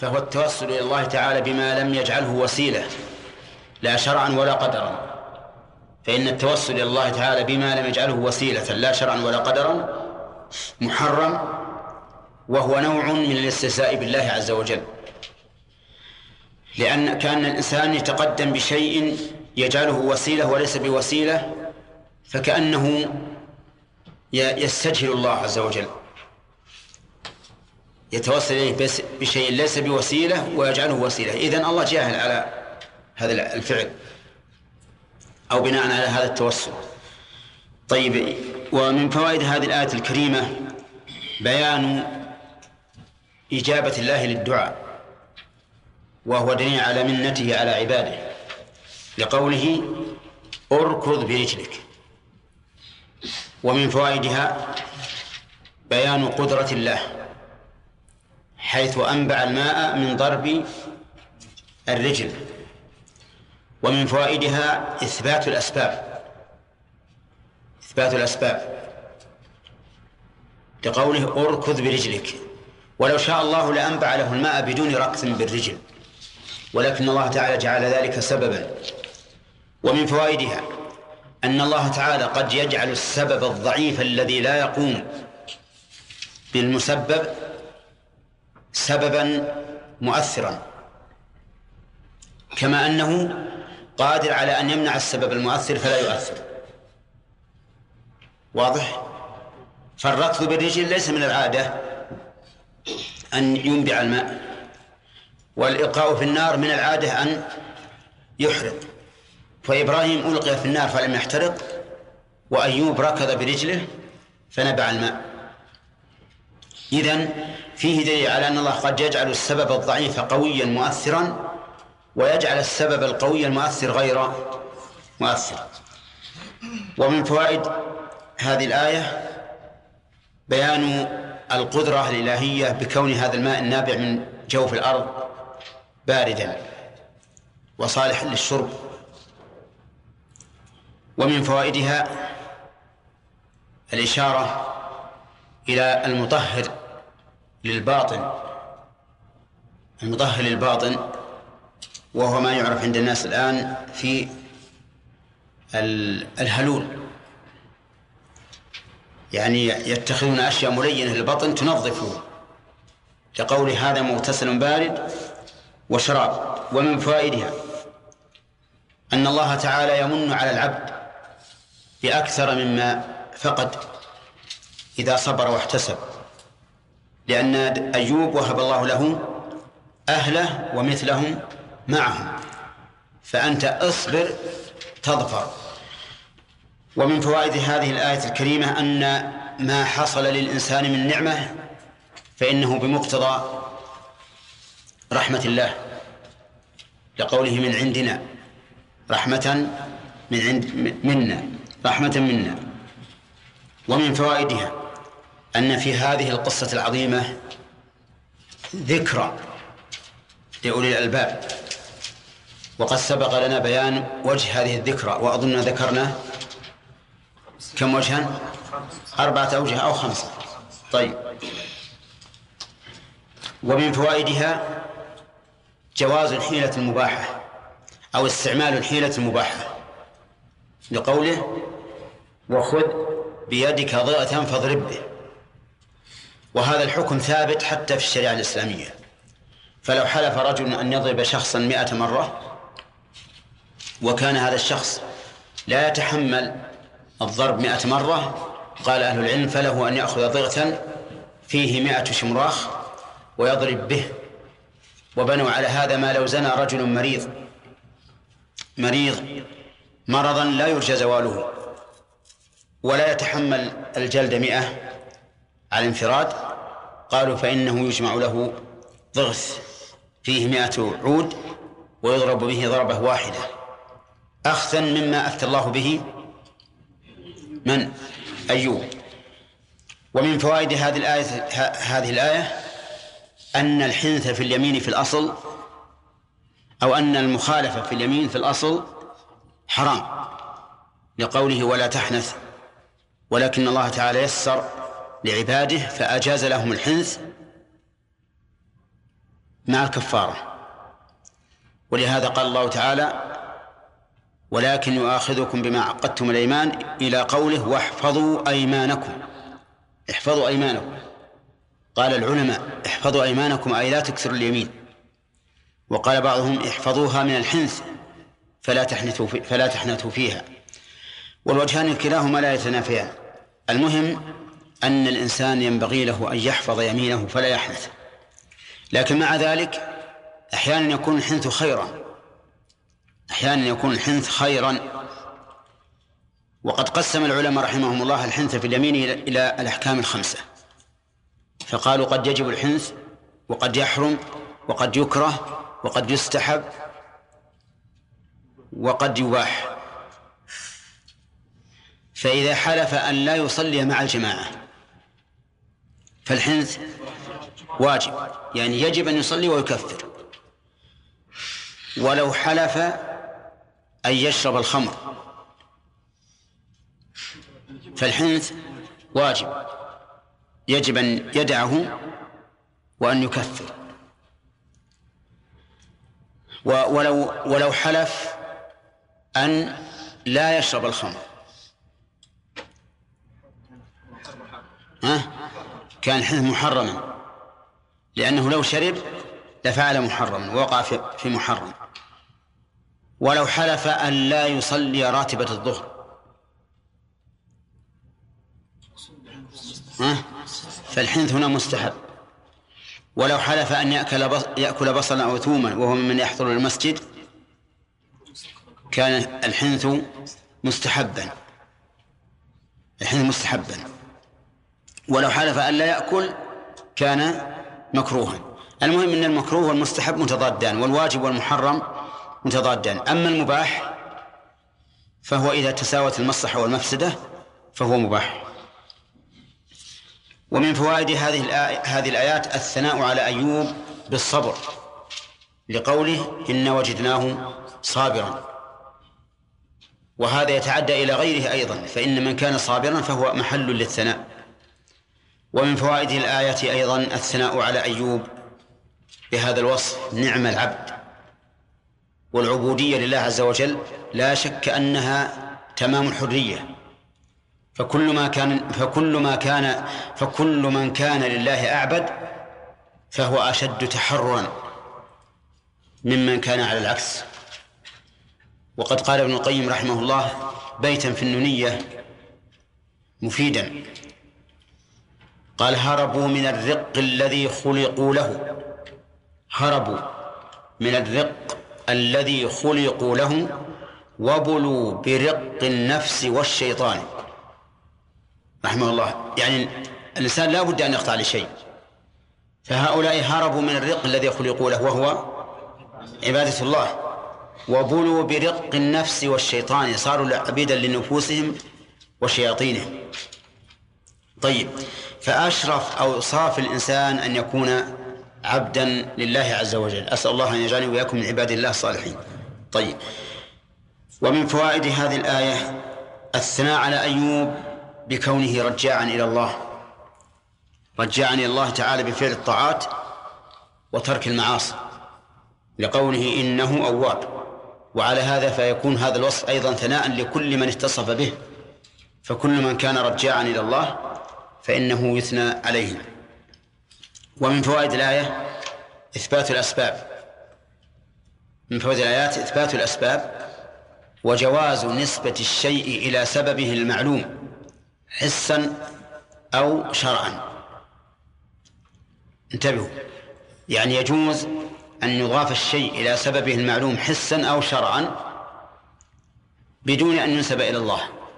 فهو التوسل إلى الله تعالى بما لم يجعله وسيلة لا شرعا ولا قدرا. فإن التوسل إلى الله تعالى بما لم يجعله وسيلة لا شرعا ولا قدرا محرم، وهو نوع من الاستهزاء بالله عز وجل، لأن كان الإنسان يتقدم بشيء يجعله وسيلة وليس بوسيلة، فكأنه يستجهل الله عز وجل، يتوسل إليه بشيء ليس بوسيلة ويجعله وسيلة. إذن الله جاهل على هذا الفعل أو بناء على هذا التوسل. طيب، ومن فوائد هذه الآية الكريمة بيان إجابة الله للدعاء، وهو دليل على منته على عباده، لقوله اركض برجلك. ومن فوائدها بيان قدرة الله، حيث أنبع الماء من ضرب الرجل. ومن فوائدها إثبات الأسباب لقوله اركض برجلك، ولو شاء الله لأنبع له الماء بدون ركض بالرجل، ولكن الله تعالى جعل ذلك سببا. ومن فوائدها أن الله تعالى قد يجعل السبب الضعيف الذي لا يقوم بالمسبب سببا مؤثرا، كما أنه قادر على أن يمنع السبب المؤثر فلا يؤثر. واضح؟ فالركض بالرجل ليس من العادة أن ينبع الماء، والإلقاء في النار من العادة أن يحرق. فإبراهيم ألقي في النار فلم يحترق، وأيوب ركض برجله فنبع الماء. إذن فيه دليل على أن الله قد يجعل السبب الضعيف قويا مؤثرا، ويجعل السبب القوي المؤثر غير مؤثر. ومن فوائد هذه الآية بيان القدرة الإلهية بكون هذا الماء النابع من جوف الأرض باردا وصالحا للشرب. ومن فوائدها الإشارة إلى المطهر للباطن، وهو ما يعرف عند الناس الآن في الهلول، يعني يتخذون أشياء ملينة للبطن تنظفه، لقول هذا مغتسل بارد وشراب. ومن فوائدها أن الله تعالى يمن على العبد بأكثر مما فقد إذا صبر واحتسب، لأن أيوب وهب الله له أهله ومثلهم معهم، فأنت اصبر تظفر. ومن فوائد هذه الآية الكريمة أن ما حصل للإنسان من نعمة فإنه بمقتضى رحمة الله، لقوله من عندنا رحمة منا. ومن فوائدها أن في هذه القصة العظيمة ذكرى لأولي الألباب، وقد سبق لنا بيان وجه هذه الذكرى، وأظن ذكرنا كم وجها؟ 4 أوجه أو 5. طيب، ومن فوائدها جواز الحيلة المباحة أو استعمال الحيلة المباحة، لقوله وخذ بيدك ضغة فاضرب به. وهذا الحكم ثابت حتى في الشريعة الإسلامية، فلو حلف رجل أن يضرب شخصا 100 مرة وكان هذا الشخص لا يتحمل الضرب 100 مرة، قال أهل العلم فله أن يأخذ ضغة فيه 100 شمراخ ويضرب به. وبنوا على هذا ما لو زنى رجل مريض مرضا لا يرجى زواله ولا يتحمل الجلد 100 على انفراد، قالوا فإنه يجمع له ضغث فيه 100 عود ويضرب به ضربة واحدة، أخذا مما أفتى الله به من أيوب. ومن فوائد هذه الآية أن الحنث في اليمين في الأصل، أو أن المخالفة في اليمين في الأصل حرام، لقوله ولا تحنث، ولكن الله تعالى يسر لعباده فأجاز لهم الحنث مع الكفارة. ولهذا قال الله تعالى: ولكن يؤاخذكم بما عقدتم الأيمان، إلى قوله: واحفظوا أيمانكم. احفظوا أيمانكم. قال العلماء: احفظوا أيمانكم أي لا تكثروا اليمين. وقال بعضهم: احفظوها من الحنث فلا تحنثوا فيها. والوجهان كلاهما لا يتنافيان. المهم أن الإنسان ينبغي له أن يحفظ يمينه فلا يحنث، لكن مع ذلك أحيانا يكون الحنث خيرا، أحيانا يكون الحنث خيرا. وقد قسم العلماء رحمهم الله الحنث في اليمين إلى الأحكام 5، فقالوا: قد يجب الحنث، وقد يحرم، وقد يكره، وقد يستحب، وقد يباح. فإذا حلف أن لا يصلي مع الجماعة فالحنث واجب، يعني يجب أن يصلي ويكفر. ولو حلف أن يشرب الخمر فالحنث واجب، يجب أن يدعه وأن يكفر. ولو حلف أن لا يشرب الخمر كان الحنث محرما، لأنه لو شرب لفعل محرما ووقع في محرم. ولو حلف أن لا يصلي راتبة الظهر فالحنث هنا مستحب. ولو حلف أن يأكل بصلا أو ثوما وهو ممن يحضر المسجد كان الحنث مستحبا، الحنث مستحبا. ولو حلف أن لا يأكل كان مكروها. المهم أن المكروه والمستحب متضادان، والواجب والمحرم متضادان. أما المباح فهو إذا تساوت المصلحة والمفسدة فهو مباح. ومن فوائد هذه الآيات الثناء على أيوب بالصبر، لقوله: إنا وجدناه صابرا. وهذا يتعدى إلى غيره أيضا، فإن من كان صابرا فهو محل للثناء. ومن فوائد الآية أيضا الثناء على أيوب بهذا الوصف: نعم العبد. والعبودية لله عز وجل لا شك أنها تمام الحرية، فكل من كان لله أعبد فهو أشد تحررا ممن كان على العكس. وقد قال ابن القيم رحمه الله بيتا في النونية مفيدا، قال: هربوا من الرق الذي خلقوا له، هربوا من الرق الذي خلقوا له، وبلوا برق النفس والشيطان. رحمه الله، يعني الإنسان لا بد أن يخضع لشيء، فهؤلاء هربوا من الرق الذي خلقوا له وهو عبادة الله، وبلوا برق النفس والشيطان، صاروا عبيدا لنفوسهم وشياطينهم. طيب، فأشرف أوصاف الإنسان أن يكون عبدا لله عز وجل. أسأل الله أن يجعلني وإياكم من عباد الله الصالحين. طيب، ومن فوائد هذه الآية الثناء على أيوب بكونه رجاعا إلى الله، رجاعا إلى الله تعالى بفعل الطاعات وترك المعاصي، لقوله: إنه أواب. وعلى هذا فيكون هذا الوصف أيضا ثناء لكل من اتصف به، فكل من كان رجاعا إلى الله فإنه يثنى عليه. ومن فوائد الآية إثبات الأسباب، من فوائد الآيات إثبات الأسباب وجواز نسبة الشيء إلى سببه المعلوم حسا أو شرعا. انتبهوا، يعني يجوز أن يضاف الشيء إلى سببه المعلوم حسا أو شرعا بدون أن ينسب إلى الله.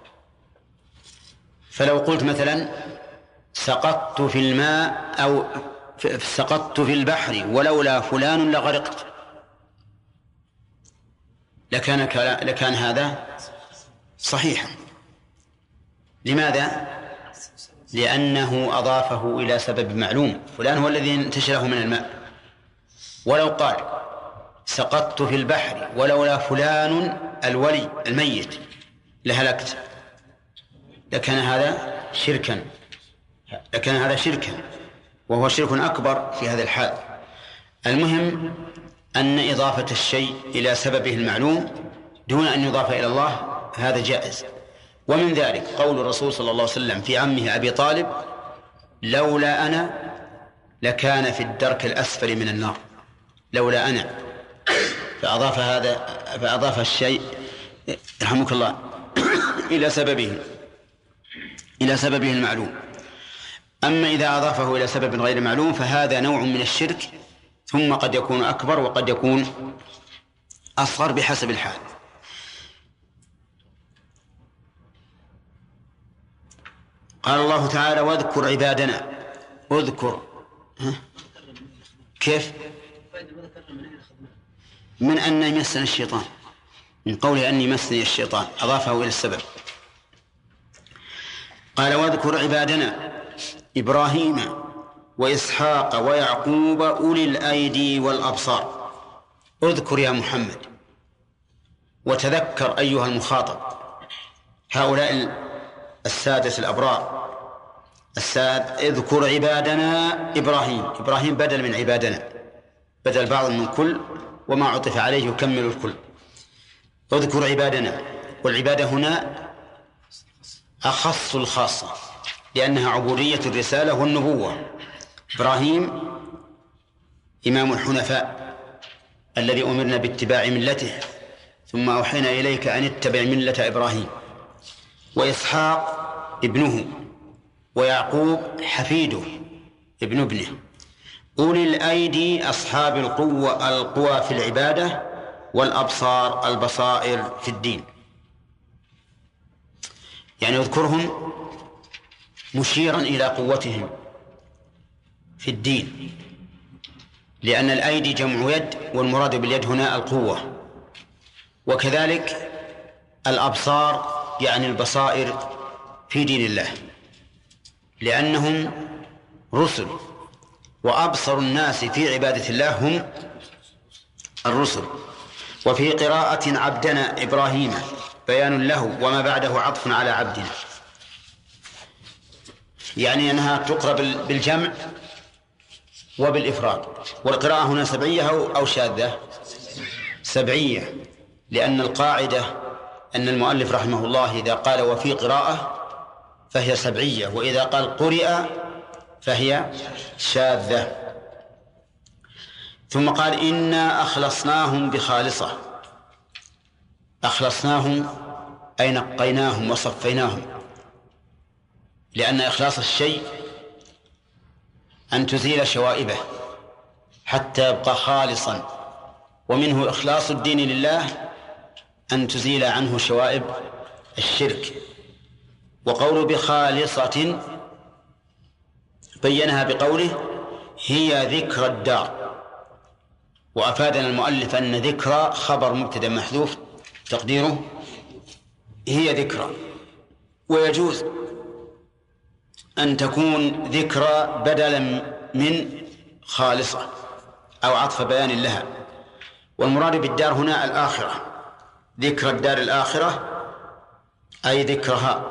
فلو قلت مثلا: سقطت في الماء أو سقطت في البحر ولولا فلان لغرقت، لكان هذا صحيحا. لماذا؟ لأنه أضافه إلى سبب معلوم، فلان هو الذي انتشله من الماء. ولو قال: سقطت في البحر ولولا فلان الولي الميت لهلكت، لكان هذا شركا، وهو شرك أكبر في هذا الحال. المهم أن إضافة الشيء إلى سببه المعلوم دون أن يضاف إلى الله هذا جائز. ومن ذلك قول الرسول صلى الله عليه وسلم في عمه أبي طالب: لولا أنا لكان في الدرك الأسفل من النار. لولا أنا، فأضاف الشيء رحمك الله إلى سببه المعلوم. أما إذا أضافه إلى سبب غير معلوم فهذا نوع من الشرك، ثم قد يكون أكبر وقد يكون أصغر بحسب الحال. قال الله تعالى: واذكر عبادنا. اذكر كيف؟ من أن يمسنا الشيطان، من قوله أن يمسني الشيطان أضافه إلى السبب. قال: واذكر عبادنا إبراهيم وإسحاق ويعقوب أولي الأيدي والأبصار. اذكر يا محمد، وتذكر أيها المخاطب هؤلاء السادة الأبرار اذكر عبادنا إبراهيم بدل من عبادنا، بدل بعض من كل، وما عطف عليه يكمل الكل. اذكر عبادنا، والعبادة هنا أخص الخاصة لأنها عبودية الرسالة والنبوة. إبراهيم إمام الحنفاء الذي أمرنا باتباع ملته، ثم أوحينا إليك أن اتبع ملة إبراهيم. وإسحاق ابنه، ويعقوب حفيده ابن ابنه. أولي الأيدي أصحاب القوى في العبادة، والأبصار البصائر في الدين. يعني اذكرهم مشيرا إلى قوتهم في الدين، لأن الأيدي جمع يد، والمراد باليد هنا القوة. وكذلك الأبصار يعني البصائر في دين الله، لأنهم رسل، وأبصر الناس في عبادة الله هم الرسل. وفي قراءة عبدنا إبراهيم بيان له، وما بعده عطف على عبدنا، يعني أنها تقرأ بالجمع وبالإفراد. والقراءة هنا سبعية أو شاذة؟ سبعية، لأن القاعدة أن المؤلف رحمه الله إذا قال وفي قراءة فهي سبعية، وإذا قال قرئ فهي شاذة. ثم قال: إنا أخلصناهم بخالصة. أخلصناهم أي نقيناهم وصفيناهم، لأن إخلاص الشيء أن تزيل شوائبه حتى يبقى خالصا، ومنه إخلاص الدين لله أن تزيل عنه شوائب الشرك. وقول بخالصة بينها بقوله: هي ذكر الدار. وأفادنا المؤلف أن ذكرى خبر مبتدأ محذوف تقديره هي ذكرى. ويجوز أن تكون ذكرى بدلا من خالصة أو عطف بيان لها. والمراد بالدار هنا الآخرة، ذكر الدار الآخرة أي ذكرها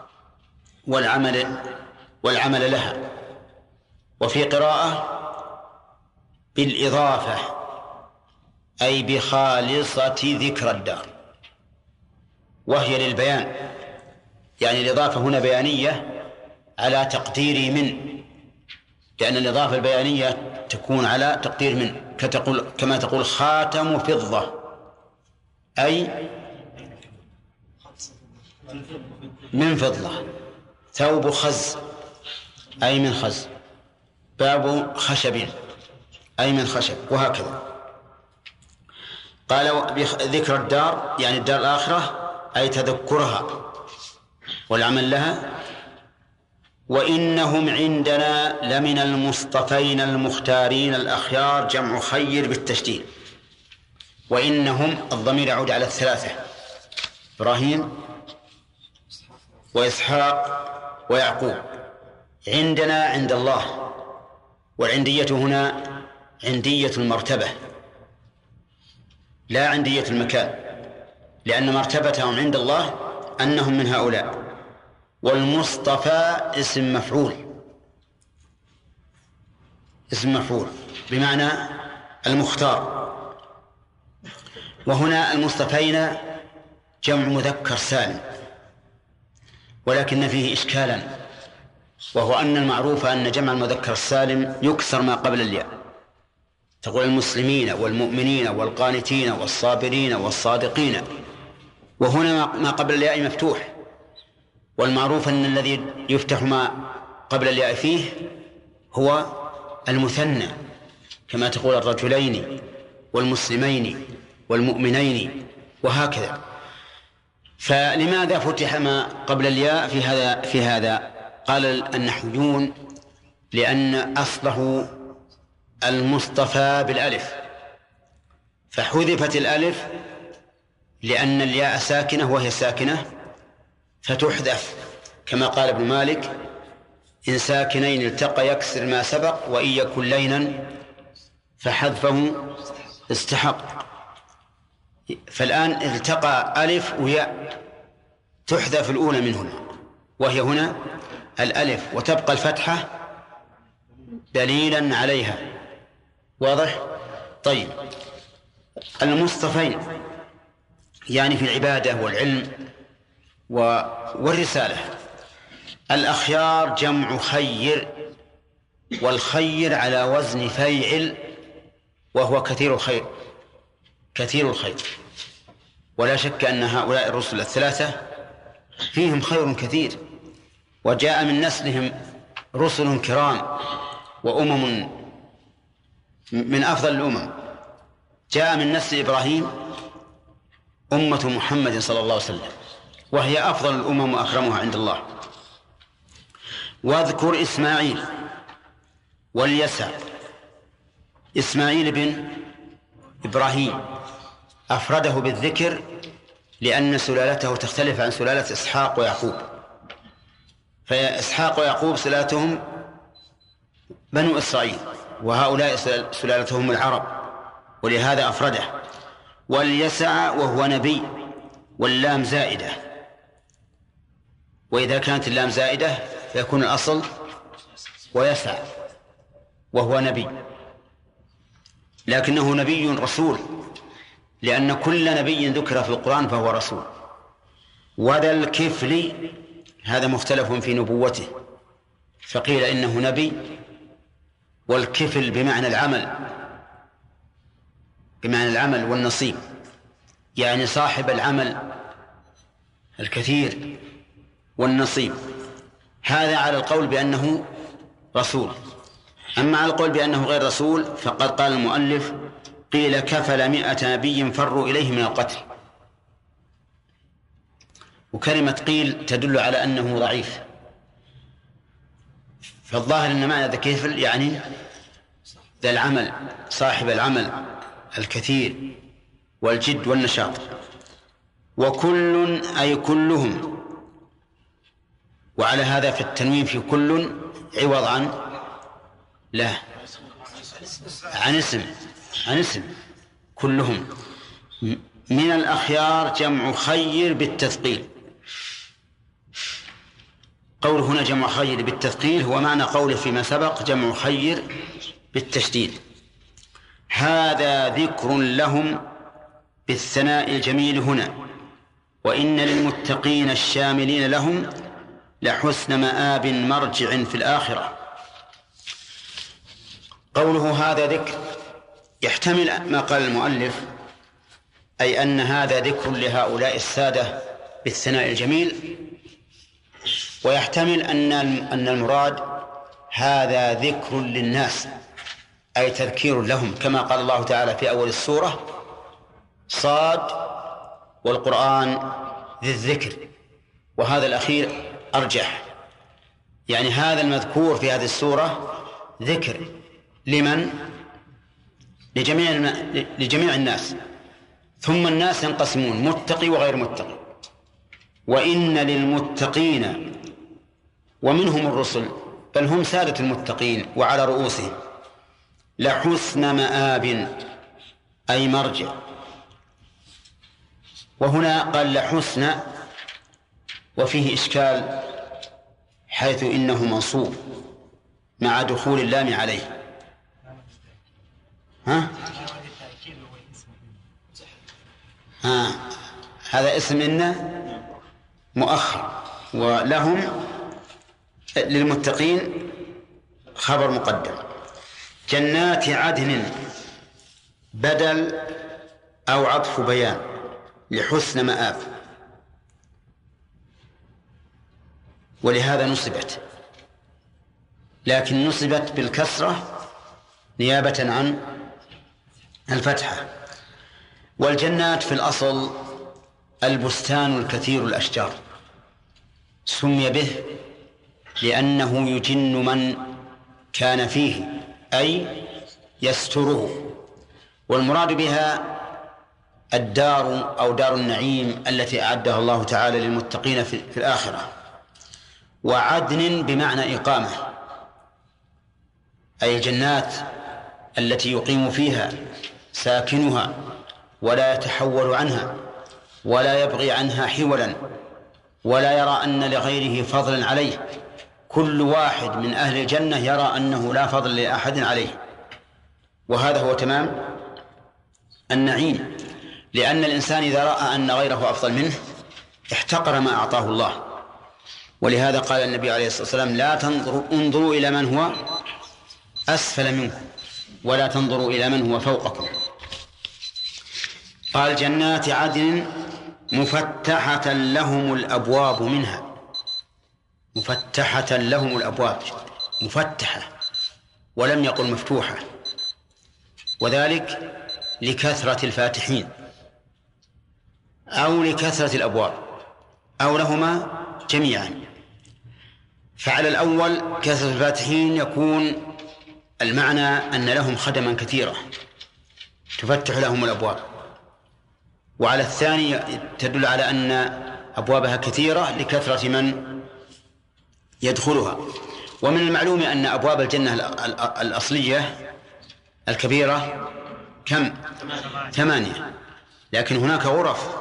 والعمل لها. وفي قراءة بالإضافة أي بخالصة ذكر الدار، وهي للبيان، يعني الإضافة هنا بيانية على تقدير من، لأن الإضافة البيانية تكون على تقدير من، كما تقول خاتم فضة أي من فضة، ثوب خز أي من خز، باب خشب أي من خشب، وهكذا. قال ذكر الدار يعني الدار الآخرة أي تذكرها والعمل لها. وإنهم عندنا لمن المصطفين المختارين الأخيار، جمع خير بالتشديد. وإنهم الضمير يعود على الثلاثة: إبراهيم وإسحاق ويعقوب. عندنا عند الله، والعندية هنا عندية المرتبة لا عندية المكان، لأن مرتبتهم عند الله أنهم من هؤلاء. والمصطفى اسم مفعول بمعنى المختار. وهنا المصطفين جمع مذكر سالم، ولكن فيه إشكالا، وهو أن المعروف أن جمع المذكر السالم يكسر ما قبل الياء، تقول المسلمين والمؤمنين والقانتين والصابرين والصادقين، وهنا ما قبل الياء مفتوح، والمعروف أن الذي يفتح ما قبل الياء فيه هو المثنى، كما تقول الرجلين والمسلمين والمؤمنين وهكذا. فلماذا فتح ما قبل الياء في هذا؟ قال النحويون لأن أصله المصطفى بالألف، فحذفت الألف لأن الياء ساكنة وهي ساكنة فتحذف، كما قال ابن مالك: إن ساكنين التقى يكسر ما سبق، وإن يكن لينا فحذفه استحق. فالآن التقى ألف وياء، تحذف الأولى منهما وهي هنا الألف، وتبقى الفتحة دليلا عليها. واضح؟ طيب، المصطفين يعني في العبادة والعلم والرسالة. الأخيار جمع خير، والخير على وزن فيعل، وهو كثير الخير، كثير الخير. ولا شك أن هؤلاء الرسل الثلاثة فيهم خير كثير، وجاء من نسلهم رسل كرام وأمم من أفضل الأمم. جاء من نسل إبراهيم أمة محمد صلى الله عليه وسلم، وهي أفضل الأمم وأكرمها عند الله. واذكر إسماعيل واليسع. إسماعيل بن إبراهيم أفرده بالذكر لأن سلالته تختلف عن سلالة إسحاق ويعقوب، فإسحاق ويعقوب سلالتهم بنو إسرائيل، وهؤلاء سلالتهم العرب، ولهذا أفرده. واليسع وهو نبي، واللام زائدة، وإذا كانت اللام زائدة فيكون الأصل ويسع، وهو نبي، لكنه نبي رسول، لأن كل نبي ذكر في القرآن فهو رسول. وذا الكفل هذا مختلف في نبوته، فقيل إنه نبي، والكفل بمعنى العمل والنصيب، يعني صاحب العمل الكثير والنصيب. هذا على القول بأنه رسول. أما على القول بأنه غير رسول فقد قال المؤلف: قيل كفل 100 نبي فروا إليه من القتل. وكلمة قيل تدل على أنه ضعيف، فالظاهر أن معنى ذا كفل يعني ذا العمل، صاحب العمل الكثير والجد والنشاط. وكل أي كلهم، وعلى هذا في التنوين في كل عوض عن لا عن اسم كلهم. من الأخيار جمع خير بالتثقيل. قوله هنا جمع خير بالتثقيل هو معنى قوله فيما سبق جمع خير بالتشديد. هذا ذكر لهم بالثناء الجميل هنا، وإن للمتقين الشاملين لهم لحسن مآب مرجع في الآخرة. قوله هذا ذكر يحتمل ما قال المؤلف، أي أن هذا ذكر لهؤلاء السادة بالثناء الجميل، ويحتمل أن المراد هذا ذكر للناس، أي تذكير لهم، كما قال الله تعالى في أول السورة: صاد والقرآن ذي الذكر. وهذا الأخير أرجح، يعني هذا المذكور في هذه السورة ذكر لمن؟ لجميع الناس. ثم الناس ينقسمون متقي وغير متقي. وإن للمتقين، ومنهم الرسل بل هم سادة المتقين وعلى رؤوسهم، لحسن مآب أي مرجع. وهنا قال لحسن وفيه إشكال، حيث إنه منصوب مع دخول اللام عليه. ها؟ هذا اسم إن مؤخر، ولهم للمتقين خبر مقدم. جنات عدن بدل أو عطف بيان لحسن مآب، ولهذا نصبت، لكن نصبت بالكسرة نيابة عن الفتحة. والجنات في الأصل البستان الكثير الأشجار، سمي به لأنه يجن من كان فيه، أي يستره. والمراد بها الدار أو دار النعيم التي أعدها الله تعالى للمتقين في الآخرة. وعدن بمعنى إقامة، أي الجنات التي يقيم فيها ساكنها ولا يتحول عنها ولا يبغي عنها حولا ولا يرى أن لغيره فضلا عليه. كل واحد من أهل الجنة يرى أنه لا فضل لأحد عليه، وهذا هو تمام النعيم، لأن الإنسان إذا رأى أن غيره أفضل منه احتقر ما أعطاه الله. ولهذا قال النبي عليه الصلاة والسلام: لا انظروا إلى من هو أسفل منكم ولا تنظروا إلى من هو فوقكم. قال: جنات عدن مفتحة لهم الأبواب منها. مفتحة لهم الأبواب، مفتحة ولم يقل مفتوحة، وذلك لكثرة الفاتحين أو لكثرة الأبواب أو لهما جميعا. فعلى الأول كثرة الفاتحين يكون المعنى أن لهم خدما كثيرة تفتح لهم الأبواب، وعلى الثاني تدل على أن أبوابها كثيرة لكثرة من يدخلها. ومن المعلوم أن أبواب الجنة الأصلية الكبيرة كم؟ 8. لكن هناك غرف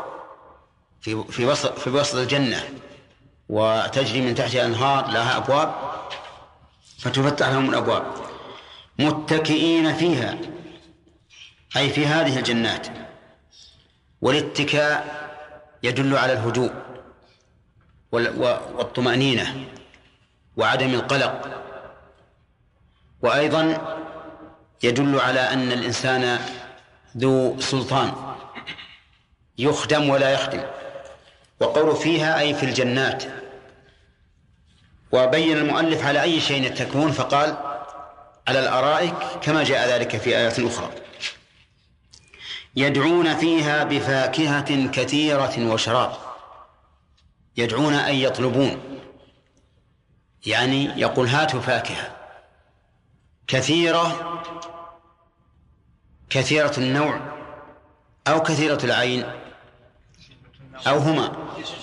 في وسط الجنة وتجري من تحتها أنهار لها أبواب فتفتح لهم الأبواب. متكئين فيها، أي في هذه الجنات. والاتكاء يدل على الهدوء والطمأنينة وعدم القلق، وأيضا يدل على أن الإنسان ذو سلطان يخدم ولا يخدم. وقول فيها أي في الجنات. وبين المؤلف على أي شيء يتكئون فقال: على الأرائك، كما جاء ذلك في آيات أخرى. يدعون فيها بفاكهة كثيرة وشراب. يدعون أي يطلبون، يعني يقول: هاتوا فاكهة كثيرة، كثيرة النوع أو كثيرة العين أو هما،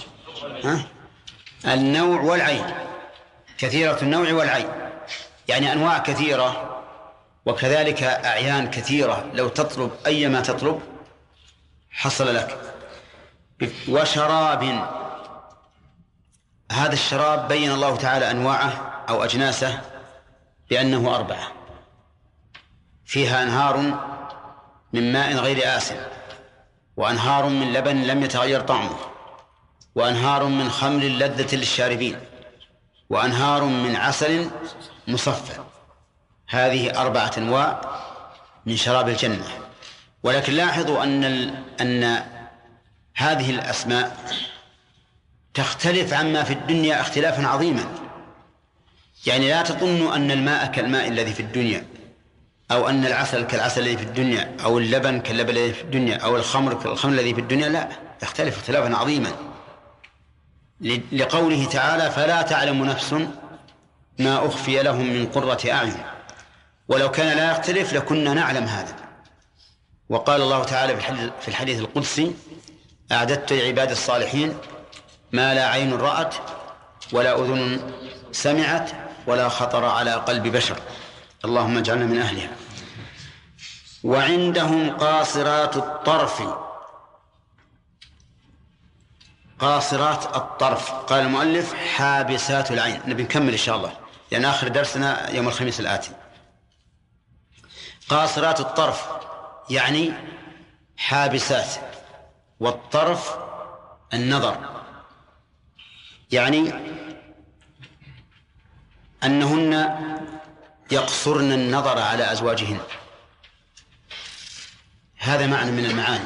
النوع والعين، كثيرة النوع والعين، يعني أنواع كثيرة وكذلك أعيان كثيرة، لو تطلب أي ما تطلب حصل لك. وشراب، هذا الشراب بين الله تعالى أنواعه أو أجناسه بأنه 4: فيها أنهار من ماء غير آسن، وأنهار من لبن لم يتغير طعمه، وأنهار من خمر لذة للشاربين، وأنهار من عسل مصفى. هذه 4 أنواع من شراب الجنة. ولكن لاحظوا أن هذه الأسماء تختلف عما في الدنيا اختلافا عظيما. يعني لا تظنوا أن الماء كالماء الذي في الدنيا، أو أن العسل كالعسل الذي في الدنيا، أو اللبن كاللبن الذي في الدنيا، أو الخمر كالخمر الذي في الدنيا. لا، يختلف اختلافا عظيما، لقوله تعالى: فلا تعلم نفس ما أخفي لهم من قرة أعين. ولو كان لا يختلف لكنا نعلم هذا. وقال الله تعالى في الحديث القدسي: أعددت لعبادي الصالحين ما لا عين رأت ولا أذن سمعت ولا خطر على قلب بشر. اللهم اجعلنا من أهلها. وعندهم قاصرات الطرف. قاصرات الطرف، قال المؤلف: حابسات العين. نبي نكمل إن شاء الله لأن آخر درسنا يوم الخميس الآتي. قاصرات الطرف يعني حابسات، والطرف النظر، يعني أنهن يقصرن النظر على أزواجهن. هذا معنى من المعاني.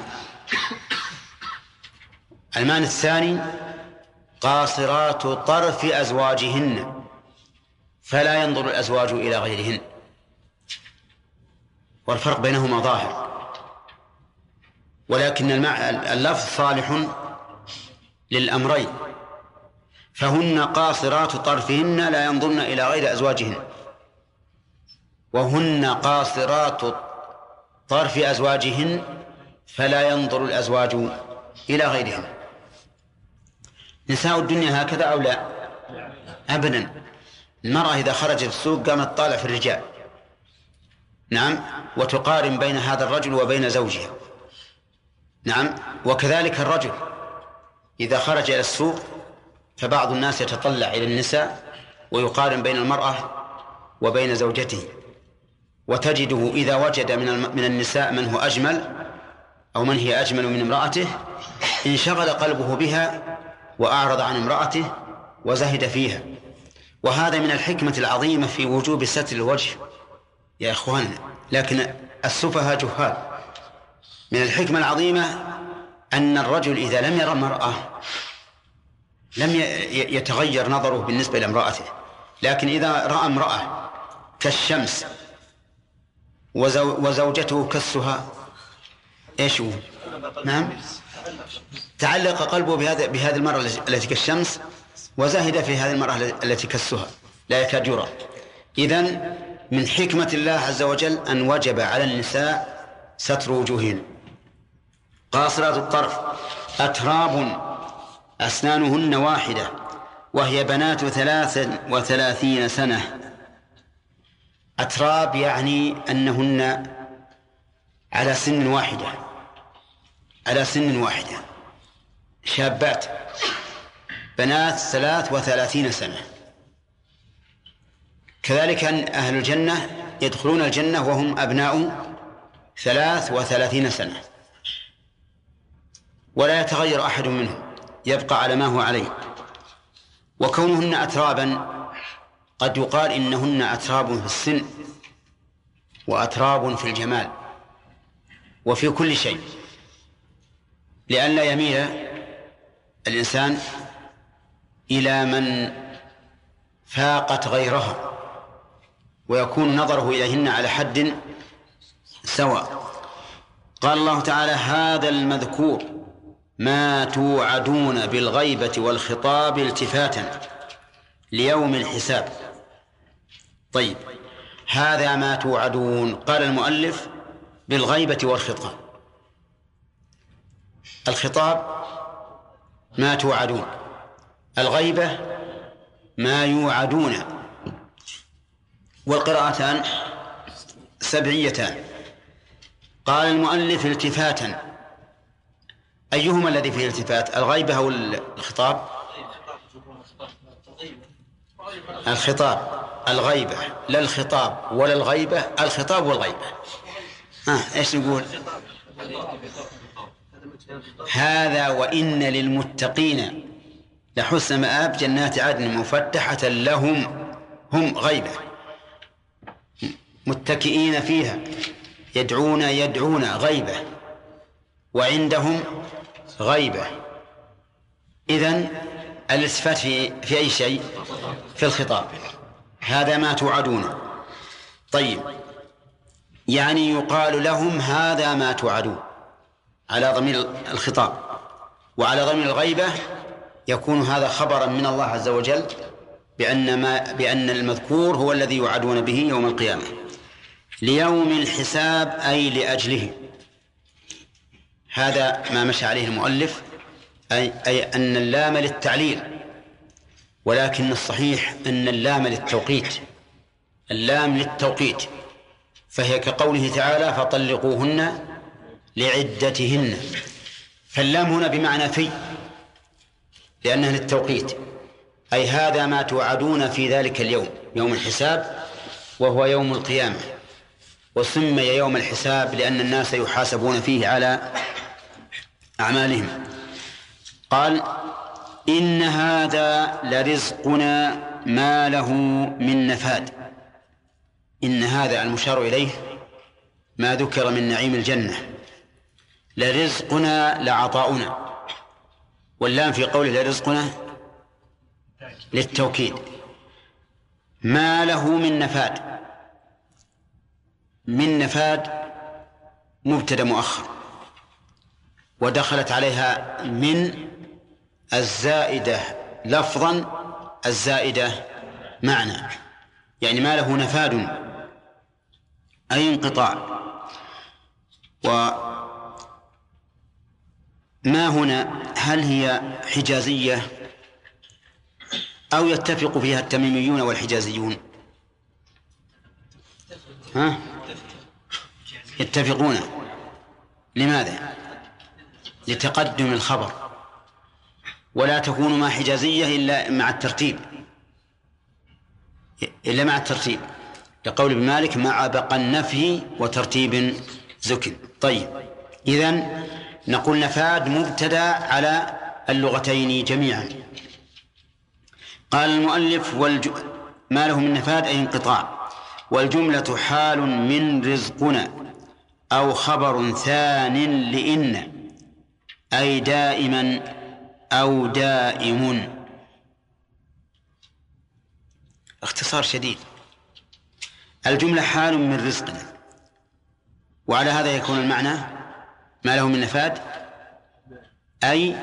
المعنى الثاني قاصرات طرف أزواجهن، فلا ينظر الأزواج إلى غيرهن، والفرق بينهما ظاهر، ولكن اللفظ صالح للأمرين، فهن قاصرات طرفهن لا ينظرن إلى غير أزواجهن، وهن قاصرات طرف أزواجهن فلا ينظر الأزواج إلى غيرهن. نساء الدنيا هكذا أو لا؟ أبدا. المرأة إذا خرجت السوق قامت تطالع في الرجال، نعم، وتقارن بين هذا الرجل وبين زوجها، نعم. وكذلك الرجل إذا خرج إلى السوق فبعض الناس يتطلع إلى النساء ويقارن بين المرأة وبين زوجته، وتجده إذا وجد من النساء من هو أجمل أو من هي أجمل من امرأته انشغل قلبه بها وأعرض عن امرأته وزهد فيها. وهذا من الحكمة العظيمة في وجوب ستر الوجه يا إخواننا، لكن السفهاء جهال. من الحكمة العظيمة أن الرجل إذا لم يرى المرأة لم يتغير نظره بالنسبة لامرأته، لكن إذا رأى امرأة كالشمس وزوجته كالسها إيش هو؟ نعم، تعلق قلبه بهذه المرأة التي كالشمس وزاهد في هذه المرأة التي كالسها لا يكاد يرى. إذن من حكمة الله عز وجل أن وجب على النساء ستر وجوههن. قاصرات الطرف أتراب أسنانهن واحدة وهي بنات 33 سنة. أتراب يعني أنهن على سن واحدة، على سن واحدة، شابات، بنات 33 سنة. كذلك أن أهل الجنة يدخلون الجنة وهم أبناء 33 سنة، ولا يتغير أحد منهم، يبقى على ما هو عليه. وكونهن أترابا قد يقال إنهن أتراب في السن وأتراب في الجمال وفي كل شيء، لئلا يميل الإنسان إلى من فاقت غيرها ويكون نظره إليهن على حد سواء. قال الله تعالى: هذا المذكور ما توعدون بالغيبة والخطاب التفاتا ليوم الحساب. طيب، هذا ما توعدون، قال المؤلف بالغيبة والخطاب. الخطاب ما توعدون، الغيبة ما يوعدون، والقراءتان سبعيتان. قال المؤلف التفاتا، أيهما الذي فيه التفات، الغيبة أو الخطاب؟ الخطاب، الغيبة لا الخطاب ولا الغيبة، الخطاب والغيبة. إيش نقول؟ هذا وإن للمتقين لحسن مآب جنات عدن مفتحة لهم، هم غيبة متكئين فيها يدعون غيبة، وعندهم غيبة. إذن الالتفات في أي شيء؟ في الخطاب. هذا ما توعدون. طيب، يعني يقال لهم هذا ما توعدون على ضمير الخطاب، وعلى ضمير الغيبة يكون هذا خبرا من الله عز وجل بأن المذكور هو الذي يوعدون به يوم القيامة. ليوم الحساب أي لأجله. هذا ما مشى عليه المؤلف، أي أن اللام للتعليل، ولكن الصحيح أن اللام للتوقيت، اللام للتوقيت، فهي كقوله تعالى: فطلقوهن لعدتهن. فاللام هنا بمعنى في، لأنها للتوقيت، أي هذا ما توعدون في ذلك اليوم، يوم الحساب، وهو يوم القيامة. وسمي يوم الحساب لأن الناس يحاسبون فيه على أعمالهم. قال إن هذا لرزقنا ما له من نفاد. إن هذا المشار إليه ما ذكر من نعيم الجنة، لرزقنا لعطاؤنا، واللام في قوله لرزقنا للتوكيد. ما له من نفاد، من نفاد مبتدأ مؤخر، ودخلت عليها من الزائدة لفظا الزائدة معنى، يعني ما له نفاد أي انقطاع. وما هنا هل هي حجازية أو يتفق فيها التميميون والحجازيون؟ ها؟ يتفقون. لماذا؟ لتقدم الخبر، ولا تكون مع حجازية إلا مع الترتيب، لقول ابن مالك مع بقى النفي وترتيب زكن. طيب، إذن نقول نفاد مبتدأ على اللغتين جميعا. قال المؤلف ما له من نفاد أي انقطاع، والجملة حال من رزقنا أو خبر ثان لإن أي دائما أو دائم. اختصار شديد. الجملة حال من رزقنا، وعلى هذا يكون المعنى ما له من نفاد أي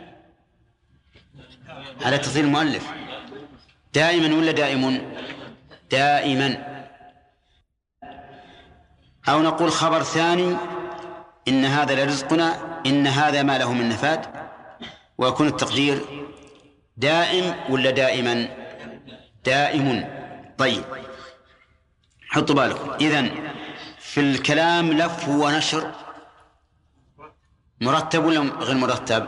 على تفضيل المؤلف دائما ولا دائم؟ دائما. أو نقول خبر ثاني إن هذا لرزقنا، إن هذا ما له من نفاد، ويكون التقدير دائم ولا دائما؟ دائم. طيب، حطوا بالكم. إذن في الكلام لف ونشر مرتب ولا غير مرتب؟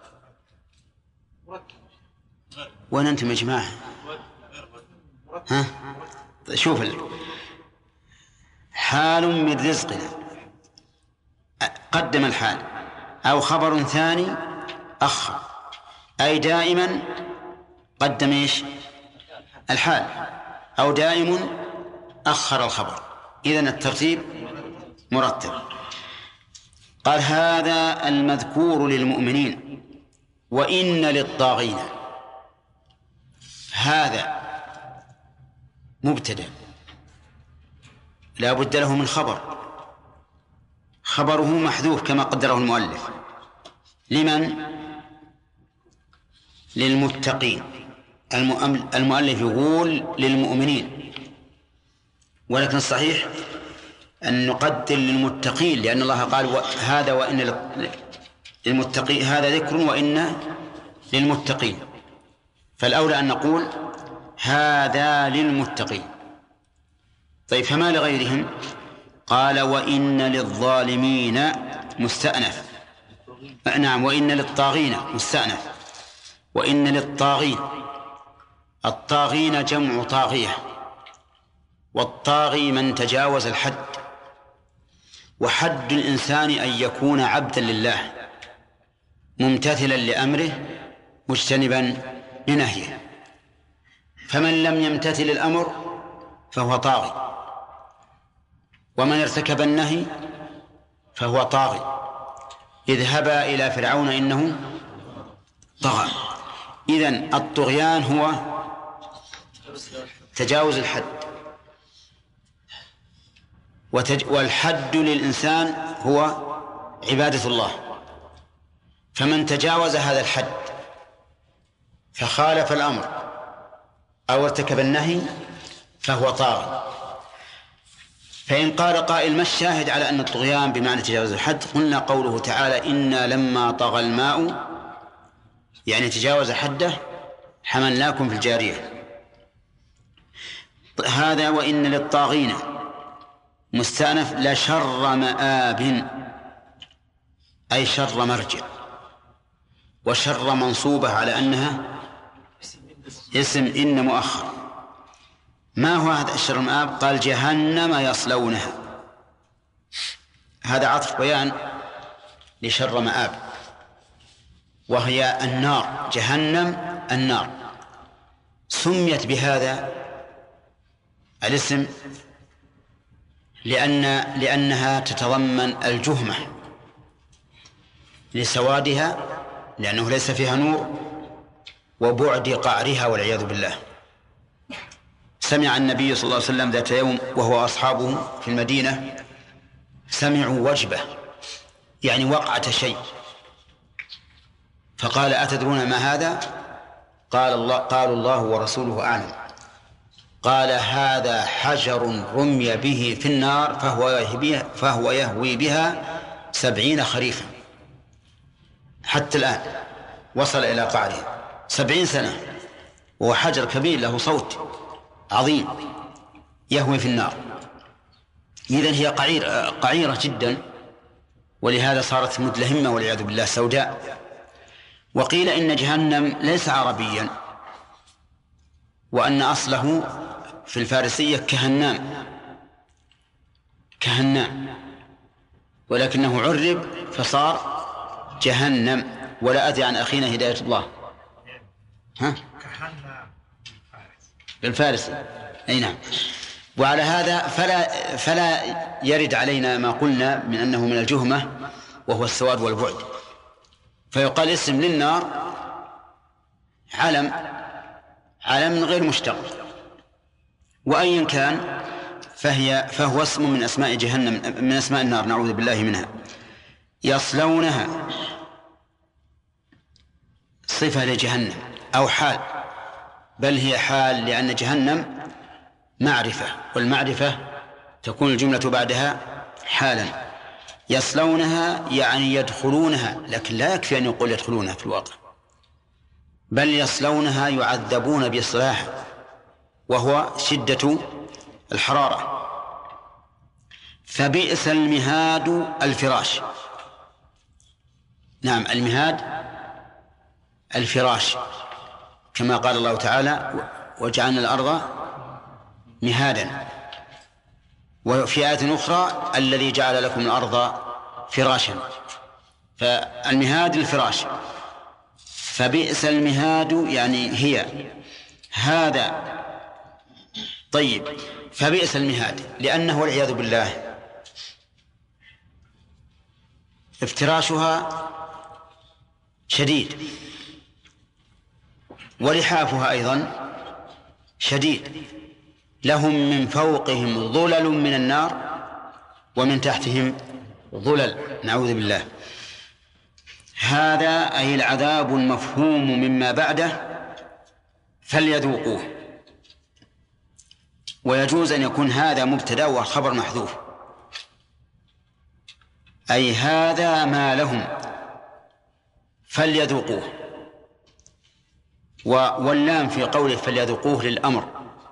وين أنتم يا جماعة؟ ها؟ شوف حال من رزقنا قدم الحال، أو خبر ثاني أخر، أي دائما قدم إيش؟ الحال، أو دائم أخر الخبر. إذن الترتيب مرتب. قال هذا المذكور للمؤمنين وإن للطاغين. هذا مبتدأ لا بد له من خبر، خبره محذوف كما قدره المؤلف. لمن؟ للمتقين. المؤلف يقول للمؤمنين، ولكن الصحيح أن نقدر للمتقين، لأن الله قال هذا وإن للمتقين، هذا ذكر وإن للمتقين، فالأولى أن نقول هذا للمتقين. طيب، فما لغيرهم؟ قال وإن للظالمين مستأنف. نعم، وإن للطاغين مستأنف. وإن للطاغين، الطاغين جمع طاغية، والطاغي من تجاوز الحد، وحد الإنسان أن يكون عبدا لله ممتثلا لأمره مجتنبا لنهيه، فمن لم يمتثل الأمر فهو طاغي، ومن ارتكب النهي فهو طاغي. اذهبا إلى فرعون إنه طغى. إذن الطغيان هو تجاوز الحد، والحد للإنسان هو عبادة الله، فمن تجاوز هذا الحد فخالف الأمر أو ارتكب النهي فهو طاغي. فإن قال قائل ما الشاهد على أن الطغيان بمعنى تجاوز الحد؟ قلنا قوله تعالى إنا لما طغى الماء، يعني تجاوز حده، حملناكم في الجارية. هذا وإن للطاغين مستأنف لشر مآب، أي شر مرجع، وشر منصوبة على أنها اسم إن مؤخر. ما هو هذا الشر المآب؟ قال جهنم يصلونها. هذا عطف بيان لشر مآب، وهي النار، جهنم النار. سميت بهذا الاسم لأنها تتضمن الجهمة لسوادها، لأنه ليس فيها نور، وبعد قعرها والعياذ بالله. سمع النبي صلى الله عليه وسلم ذات يوم وهو أصحابه في المدينة، سمعوا وجبة، يعني وقعة شيء، فقال: أتدرون ما هذا؟ قالوا الله ورسوله أعلم. قال: هذا حجر رمي به في النار فهو يهوي بها 70 خريفا. حتى الآن وصل إلى قعره 70 سنة، وهو حجر كبير له صوت عظيم يهوي في النار. إذن هي قعيرة جدا، ولهذا صارت مدلهمة والعياذ بالله، سوداء. وقيل إن جهنم ليس عربيا، وأن أصله في الفارسية كهنام، ولكنه عرب فصار جهنم. ولا أدري عن أخينا هداية الله، بالفارسي، أي نعم. وعلى هذا فلا يرد علينا ما قلنا من أنه من الجهمة وهو السواد والبعد، فيقال اسم للنار علم غير مشتق، وأيا كان فهو اسم من أسماء جهنم، من أسماء النار، نعوذ بالله منها. يصلونها صفة لجهنم أو حال، بل هي حال، لأن جهنم معرفة، والمعرفة تكون الجملة بعدها حالا. يصلونها يعني يدخلونها، لكن لا يكفي أن يقول يدخلونها في الواقع، بل يصلونها يعذبون بإصلاحها، وهو شدة الحرارة. فبئس المهاد الفراش. نعم، المهاد الفراش، كما قال الله تعالى: وجعلنا الأرض مهادا. وفي آية أخرى: الذي جعل لكم الأرض فراشا. فالمهاد الفراش. فبئس المهاد يعني هي هذا. طيب، فبئس المهاد لأنه والعياذ بالله افتراشها شديد، ولحافها أيضا شديد. لهم من فوقهم ظلل من النار ومن تحتهم ظلل، نعوذ بالله. هذا أي العذاب المفهوم مما بعده فليذوقوه. ويجوز أن يكون هذا مبتدأ والخبر محذوف، أي هذا ما لهم فليذوقوه. واللام في قوله فليذوقوه للأمر،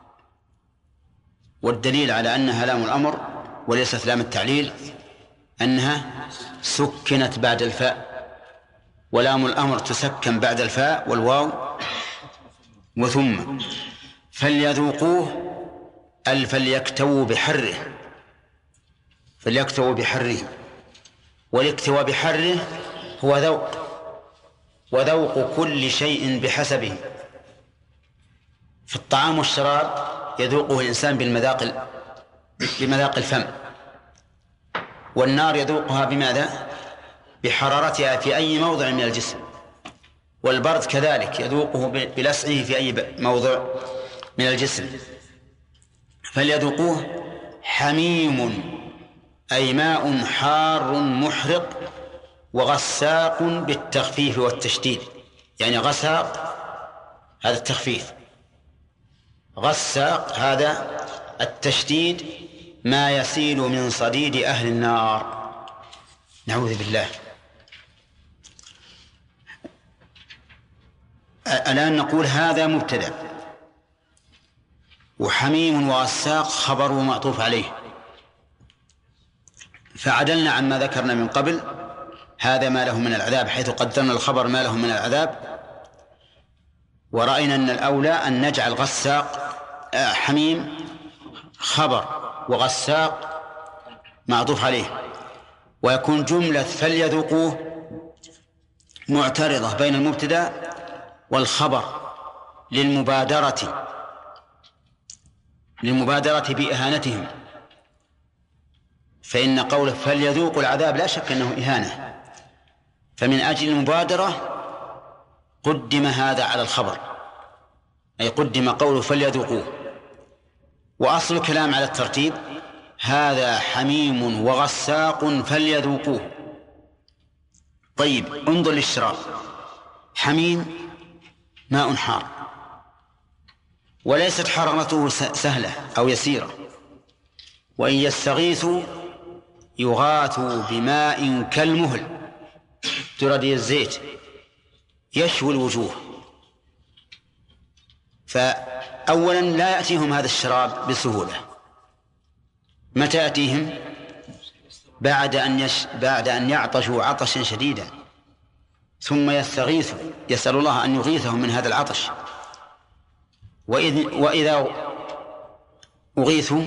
والدليل على أنها لام الأمر وليست لام التعليل أنها سكنت بعد الفاء، ولام الأمر تسكن بعد الفاء والواو وثم. فليذوقوه فليكتووا بحره، فليكتووا بحره. والاكتواء بحره هو ذوق، وذوق كل شيء بحسبه. في الطعام والشراب يذوقه الإنسان بمذاق الفم، والنار يذوقها بماذا؟ بحرارتها في أي موضع من الجسم، والبرد كذلك يذوقه بلسعه في أي موضع من الجسم. فليذوقوه حميم أي ماء حار محرق، وغساق بالتخفيف والتشديد، يعني غساق هذا التخفيف، غساق هذا التشديد، ما يسيل من صديد أهل النار، نعوذ بالله. الآن نقول هذا مبتدأ، وحميم وغساق خبر معطوف عليه، فعدلنا عما ذكرنا من قبل. هذا ما له من العذاب، حيث قدرنا الخبر ما له من العذاب، ورأينا أن الأولى أن نجعل غساق حميم خبر وغساق معطوف عليه، ويكون جملة فليذوقوه معترضة بين المبتدأ والخبر للمبادرة بإهانتهم، فإن قوله فليذوقوا العذاب لا شك أنه إهانة، فمن أجل المبادرة قدم هذا على الخبر، أي قدم قوله فليذوقوه. وأصل الكلام على الترتيب: هذا حميم وغساق فليذوقوه. طيب، انظر للشراب. حميم ماء حار، وليست حرارته سهلة أو يسيرة، وإن يستغيثوا يغاثوا بماء كالمهل تردي الزيت يشوي الوجوه. فأولا لا يأتيهم هذا الشراب بسهولة. متى يأتيهم؟ بعد أن يعطشوا عطشا شديدا، ثم يستغيثوا، يسأل الله أن يغيثهم من هذا العطش. وإذا أغيثوا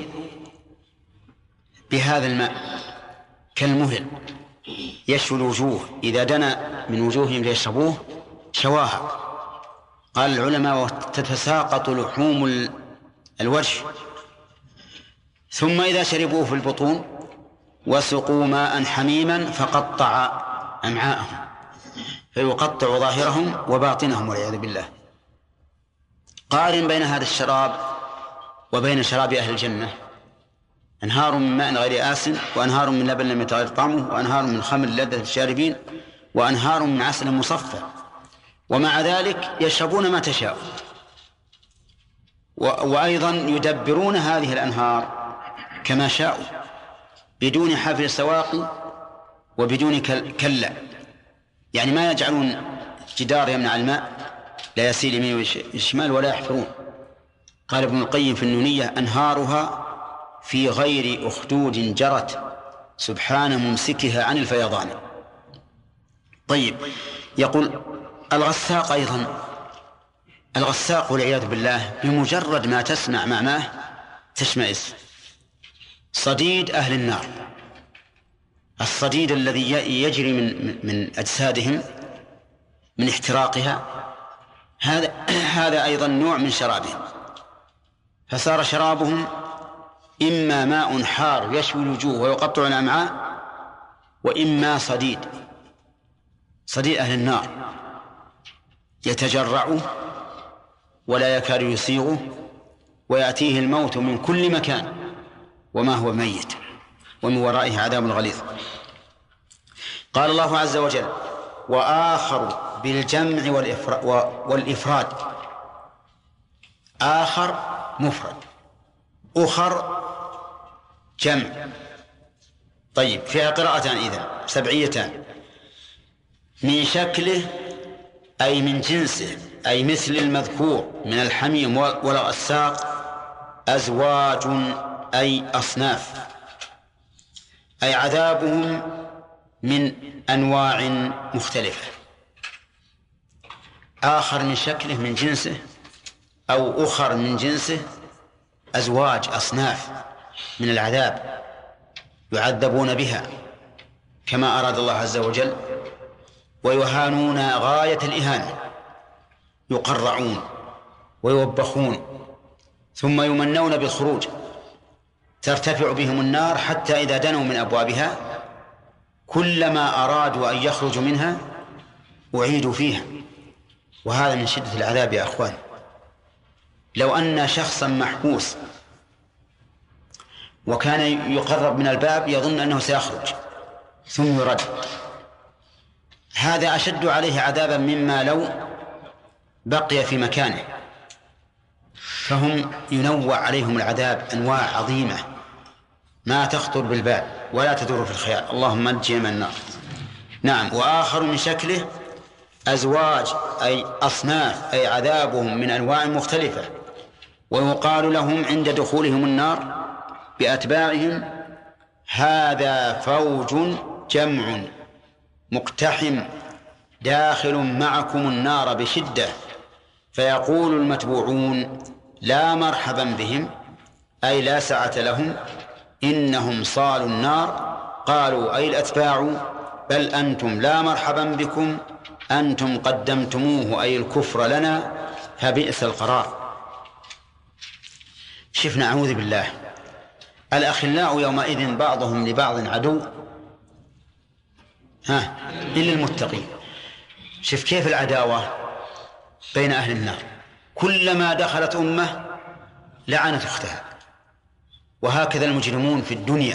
بهذا الماء كالمهل يشوي الوجوه، إذا دنا من وجوههم ليشربوه شواها. قال العلماء: تتساقط لحوم الوجه. ثم إذا شربوه في البطون وسقوا ماء حميما فقطع أمعاءهم، فيقطع ظاهرهم وباطنهم والعياذ بالله. قارن بين هذا الشراب وبين شراب أهل الجنة: أنهار من ماء غير آسن، وأنهار من لبن لم يتغير طعمه، وأنهار من خمر لذة للشاربين، وأنهار من عسل مصفى، ومع ذلك يشربون ما تشاء. وأيضا يدبرون هذه الأنهار كما شاءوا بدون حفر سواقي وبدون كلا، يعني ما يجعلون جدار يمنع الماء لا يسيل يمين والشمال ولا يحفرون. قال ابن القيم في النونية: أنهارها في غير أخدود جرت سبحان ممسكها عن الفيضان. طيب، يقول الغساق أيضا. الغساق والعياذ بالله بمجرد ما تسمع معناه تشمئز. صديد أهل النار، الصديد الذي يجري من أجسادهم من احتراقها، هذا أيضا نوع من شرابهم. فصار شرابهم إما ماء حار يشوي الوجوه ويقطع الأمعاء، وإما صديد أهل النار يتجرعه ولا يكاد يسيغه، ويأتيه الموت من كل مكان وما هو ميت، ومن ورائه عذاب غليظ. قال الله عز وجل: وآخر بالجمع والإفراد. آخر مفرد، أخر جمع. طيب، فيها قراءتان إذن سبعيتان: من شكله أي من جنسه، أي مثل المذكور من الحميم والغساق، أزواج أي أصناف، أي عذابهم من أنواع مختلفة. آخر من شكله من جنسه، أو أخر من جنسه، أزواج أصناف من العذاب يعذبون بها كما أراد الله عز وجل، ويهانون غاية الإهانة، يقرعون ويوبخون، ثم يمنون بالخروج، ترتفع بهم النار حتى إذا دنوا من أبوابها كلما أرادوا أن يخرجوا منها أعيدوا فيها. وهذا من شدة العذاب يا أخوان. لو أن شخصا محبوس وكان يقرب من الباب يظن أنه سيخرج ثم يرد، هذا أشد عليه عذابا مما لو بقي في مكانه. فهم ينوع عليهم العذاب أنواع عظيمة ما تخطر بالبال ولا تدور في الخيال. اللهم نجنا من النار. نعم. وآخر من شكله أزواج أي أصناف، أي عذابهم من أنواع مختلفة. ويقال لهم عند دخولهم النار بأتباعهم: هذا فوج جمع مقتحم داخل معكم النار بشدة. فيقول المتبوعون: لا مرحبا بهم، أي لا سعة لهم، إنهم صالوا النار قالوا أي الأتباع بل أنتم لا مرحبا بكم أنتم قدمتموه أي الكفر لنا فبئس القرار. شفنا أعوذ بالله، الأخلاء يومئذ بعضهم لبعض عدو إلا المتقين. شف كيف العداوة بين أهل النار، كلما دخلت أمة لعنت أختها. وهكذا المجرمون في الدنيا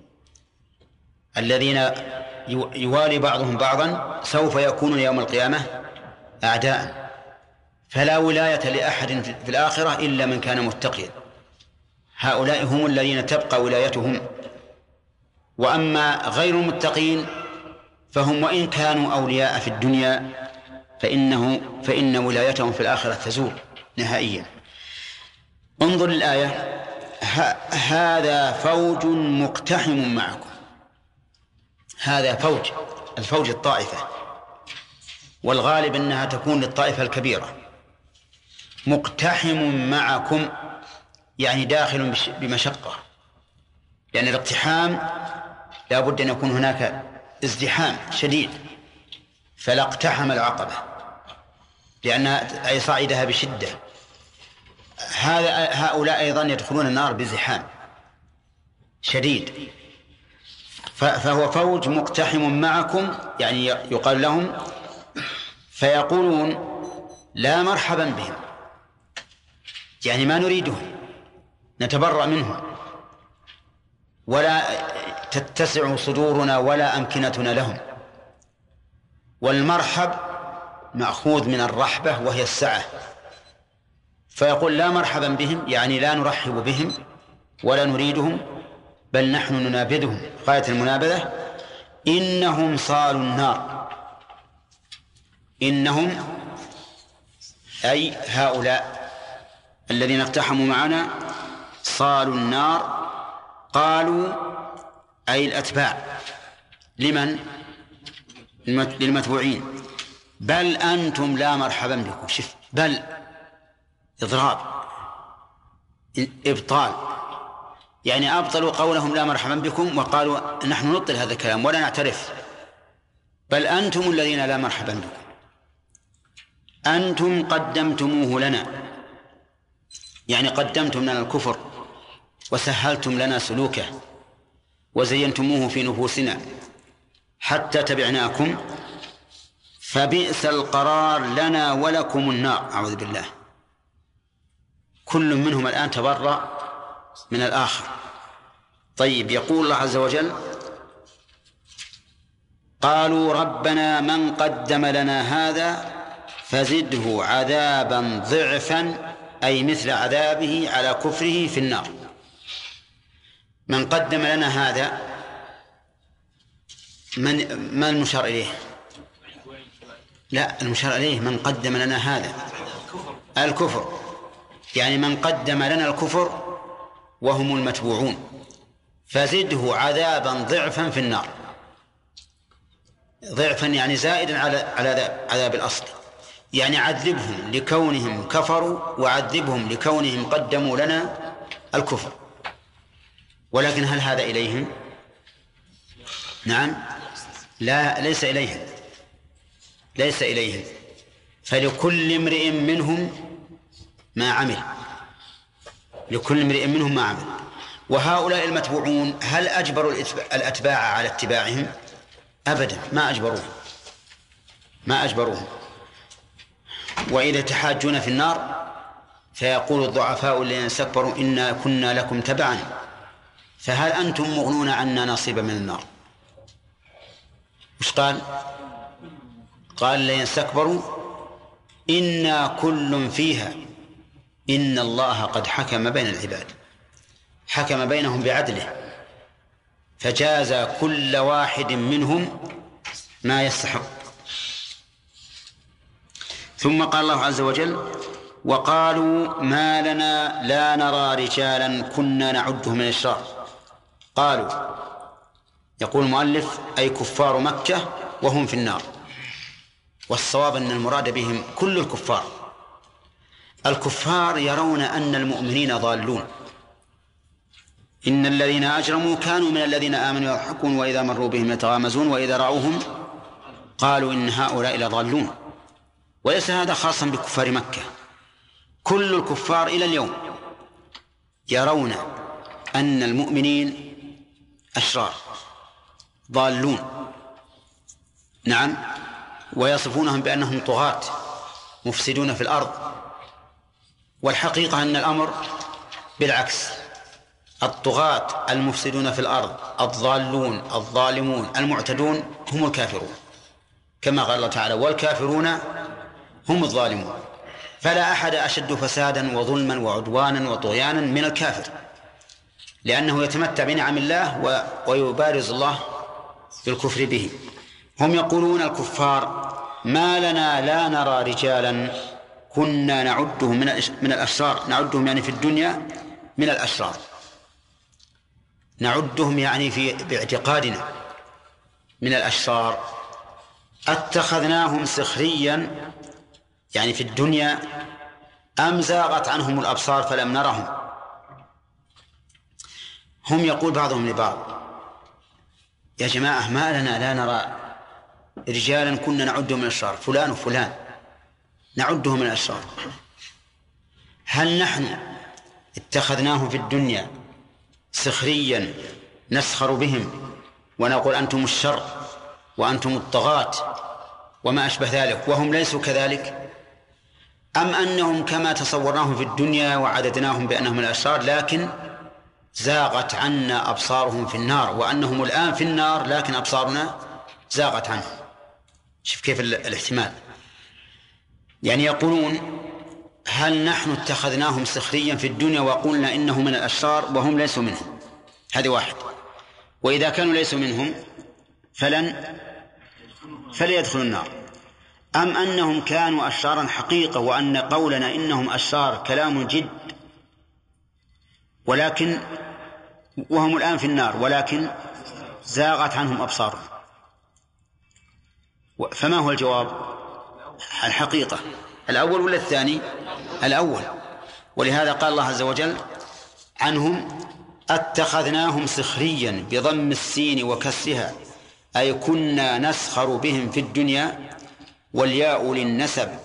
الذين يوالي بعضهم بعضا سوف يكونون يوم القيامة أعداء، فلا ولاية لأحد في الآخرة إلا من كان متقيا. هؤلاء هم الذين تبقى ولايتهم، وأما غير المتقين فهم وإن كانوا أولياء في الدنيا فإن ولايتهم في الآخرة تزول نهائيا. انظر الآية، هذا فوج مقتحم معكم. هذا فوج، الفوج الطائفة، والغالب أنها تكون للطائفة الكبيرة. مقتحم معكم يعني داخل بمشقة، يعني الاقتحام لا بد أن يكون هناك ازدحام شديد، فلا اقتحم العقبة لأنها أي صعدها بشدة. هؤلاء أيضا يدخلون النار بزحام شديد، فهو فوج مقتحم معكم، يعني يقال لهم فيقولون لا مرحبا بهم، يعني ما نريدهم، نتبرأ منهم، ولا تتسع صدورنا ولا أمكنتنا لهم. والمرحب مأخوذ من الرحبة وهي السعة، فيقول لا مرحبا بهم يعني لا نرحب بهم ولا نريدهم، بل نحن ننابذهم غاية المنابذة. إنهم صالوا النار، إنهم أي هؤلاء الذين اقتحموا معنا صالوا النار. قالوا أي الأتباع، لمن؟ للمتبوعين. بل أنتم لا مرحبا بكم. شف بل إضراب إبطال، يعني أبطلوا قولهم لا مرحبا بكم وقالوا نحن نبطل هذا الكلام ولا نعترف. بل أنتم الذين لا مرحبا بكم، أنتم قدمتموه لنا، يعني قدمتم لنا الكفر وسهلتم لنا سلوكه وزينتموه في نفوسنا حتى تبعناكم، فبئس القرار لنا ولكم النار. أعوذ بالله. كل منهم الآن تبرأ من الآخر. طيب، يقول الله عز وجل قالوا ربنا من قدم لنا هذا فزده عذابا ضعفا، أي مثل عذابه على كفره في النار. من قدم لنا هذا، من المشار إليه؟ لا، المشار إليه من قدم لنا هذا الكفر، يعني من قدم لنا الكفر وهم المتبوعون، فزده عذابا ضعفا في النار. ضعفا يعني زائدا على عذاب الأصل، يعني عذبهم لكونهم كفروا وعذبهم لكونهم قدموا لنا الكفر. ولكن هل هذا إليهم؟ نعم، لا، ليس إليهم، ليس إليهم. فلكل امرئ منهم ما عمل، لكل امرئ منهم ما عمل. وهؤلاء المتبوعون هل أجبروا الأتباع على اتباعهم؟ أبدا، ما أجبروهم. وإذا تحاجون في النار فيقول الضعفاء الذين استكبروا إنا كنا لكم تبعا فهل أنتم مغنون عنا نصيبا من النار؟ وش قال؟ قال الذين استكبروا إنا كل فيها إن الله قد حكم بين العباد، حكم بينهم بعدله فجاز كل واحد منهم ما يستحق. ثم قال الله عز وجل وقالوا ما لنا لا نرى رجالا كنا نعدهم من الأشرار. قالوا، يقول المؤلف أي كفار مكة وهم في النار، والصواب أن المراد بهم كل الكفار. الكفار يرون أن المؤمنين ضالون، إن الذين أجرموا كانوا من الذين آمنوا يضحكون وإذا مروا بهم يتغامزون وإذا رأوهم قالوا إن هؤلاء لضالون. وليس هذا خاصا بكفار مكة، كل الكفار إلى اليوم يرون أن المؤمنين أشرار ضالون، نعم، ويصفونهم بأنهم طغاة مفسدون في الأرض. والحقيقة أن الأمر بالعكس، الطغاة المفسدون في الأرض الضالون الظالمون المعتدون هم الكافرون، كما قال الله تعالى والكافرون هم الظالمون. فلا أحد أشد فسادا وظلما وعدوانا وطغيانا من الكافر، لأنه يتمتع بنعم الله ويبارز الله بالكفر به. هم يقولون الكفار ما لنا لا نرى رجالا كنا نعدهم من الأشرار، نعدهم يعني في الدنيا من الأشرار، نعدهم يعني باعتقادنا من الأشرار، اتخذناهم سخريا يعني في الدنيا أم زاغت عنهم الأبصار فلم نرهم. هم يقول بعضهم لبعض يا جماعة ما لنا لا نرى رجالا كنا نعدهم من الأشرار، فلان وفلان نعدهم من الأشرار، هل نحن اتخذناهم في الدنيا سخريا نسخر بهم ونقول أنتم الشر وأنتم الطغاة وما أشبه ذلك وهم ليسوا كذلك، أم أنهم كما تصورناهم في الدنيا وعددناهم بأنهم الأشرار لكن زاغت عنا أبصارهم في النار، وأنهم الآن في النار لكن أبصارنا زاغت عنهم. شوف كيف الاحتمال، يعني يقولون هل نحن اتخذناهم سخريا في الدنيا وقلنا إنهم من الأشرار وهم ليسوا منهم، هذه واحد، وإذا كانوا ليسوا منهم فليدخلوا النار، أم أنهم كانوا أشرارا حقيقة وأن قولنا إنهم أشرار كلام جد ولكن وهم الآن في النار ولكن زاغت عنهم أبصارهم. فما هو الجواب؟ الحقيقة الأول ولا الثاني؟ الأول. ولهذا قال الله عز وجل عنهم اتخذناهم سخريا بضم السين وكسرها أي كنا نسخر بهم في الدنيا، والياء للنسب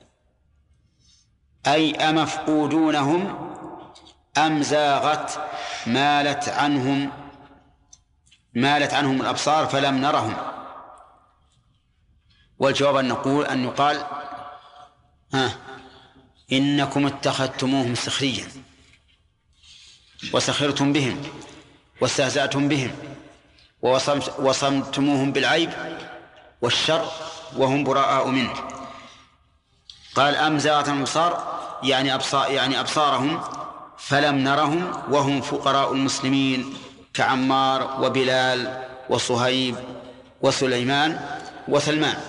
أي أمفقودونهم أم زاغت مالت عنهم الأبصار فلم نرهم. والجواب أن يقال إنكم اتخذتموهم سخريا وسخرتم بهم واستهزأتم بهم ووصمتموهم بالعيب والشر وهم براء منه. قال أم زاغت الأبصار يعني أبصارهم فلم نرهم وهم فقراء المسلمين كعمار وبلال وصهيب وسليمان وسلمان.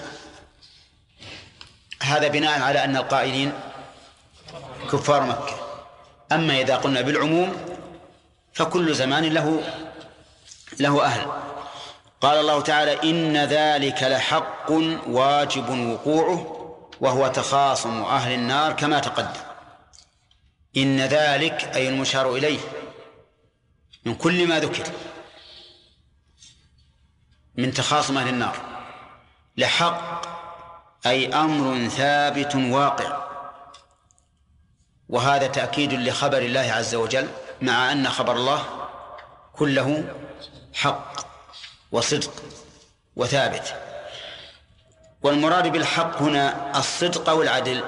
هذا بناء على أن القائلين كفار مكة. أما إذا قلنا بالعموم فكل زمان له أهل. قال الله تعالى إن ذلك لحق واجب وقوعه وهو تخاصم أهل النار كما تقدم. إن ذلك أي المشار إليه من كل ما ذكر من تخاصم أهل النار لحق أي أمر ثابت واقع، وهذا تأكيد لخبر الله عز وجل مع أن خبر الله كله حق وصدق وثابت. والمراد بالحق هنا الصدق أو العدل؟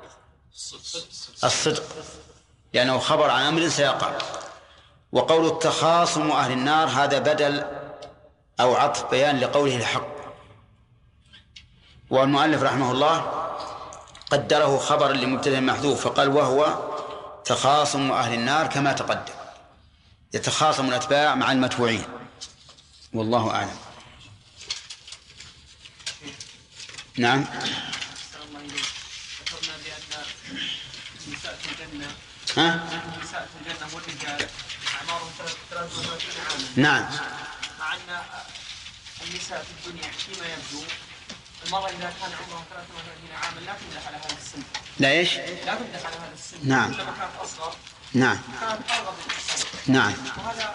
الصدق، لأنه خبر عن أمر سيقع. وقول التخاصم أهل النار هذا بدل أو عطف بيان لقوله الحق. والمؤلف رحمه الله قدره خبرا لمبتدأ محذوف فقال وهو تخاصم أهل النار كما تقدم، يتخاصم الأتباع مع المتبوعين. والله أعلم. نعم. ذكرنا بأن النساء في الجنة النساء في الجنة والرجال أعمارهم 33 عاما. نعم. مع أن النساء في الدنيا فيما يبدو المرأة إذا كان عمرها 33 عاما لا تمدح على هذا السن. لا إيش؟ لا تمدح على هذا السن. نعم. كلما كانت أصغر. نعم. كانت أرغب بالإنسان. نعم. وهذا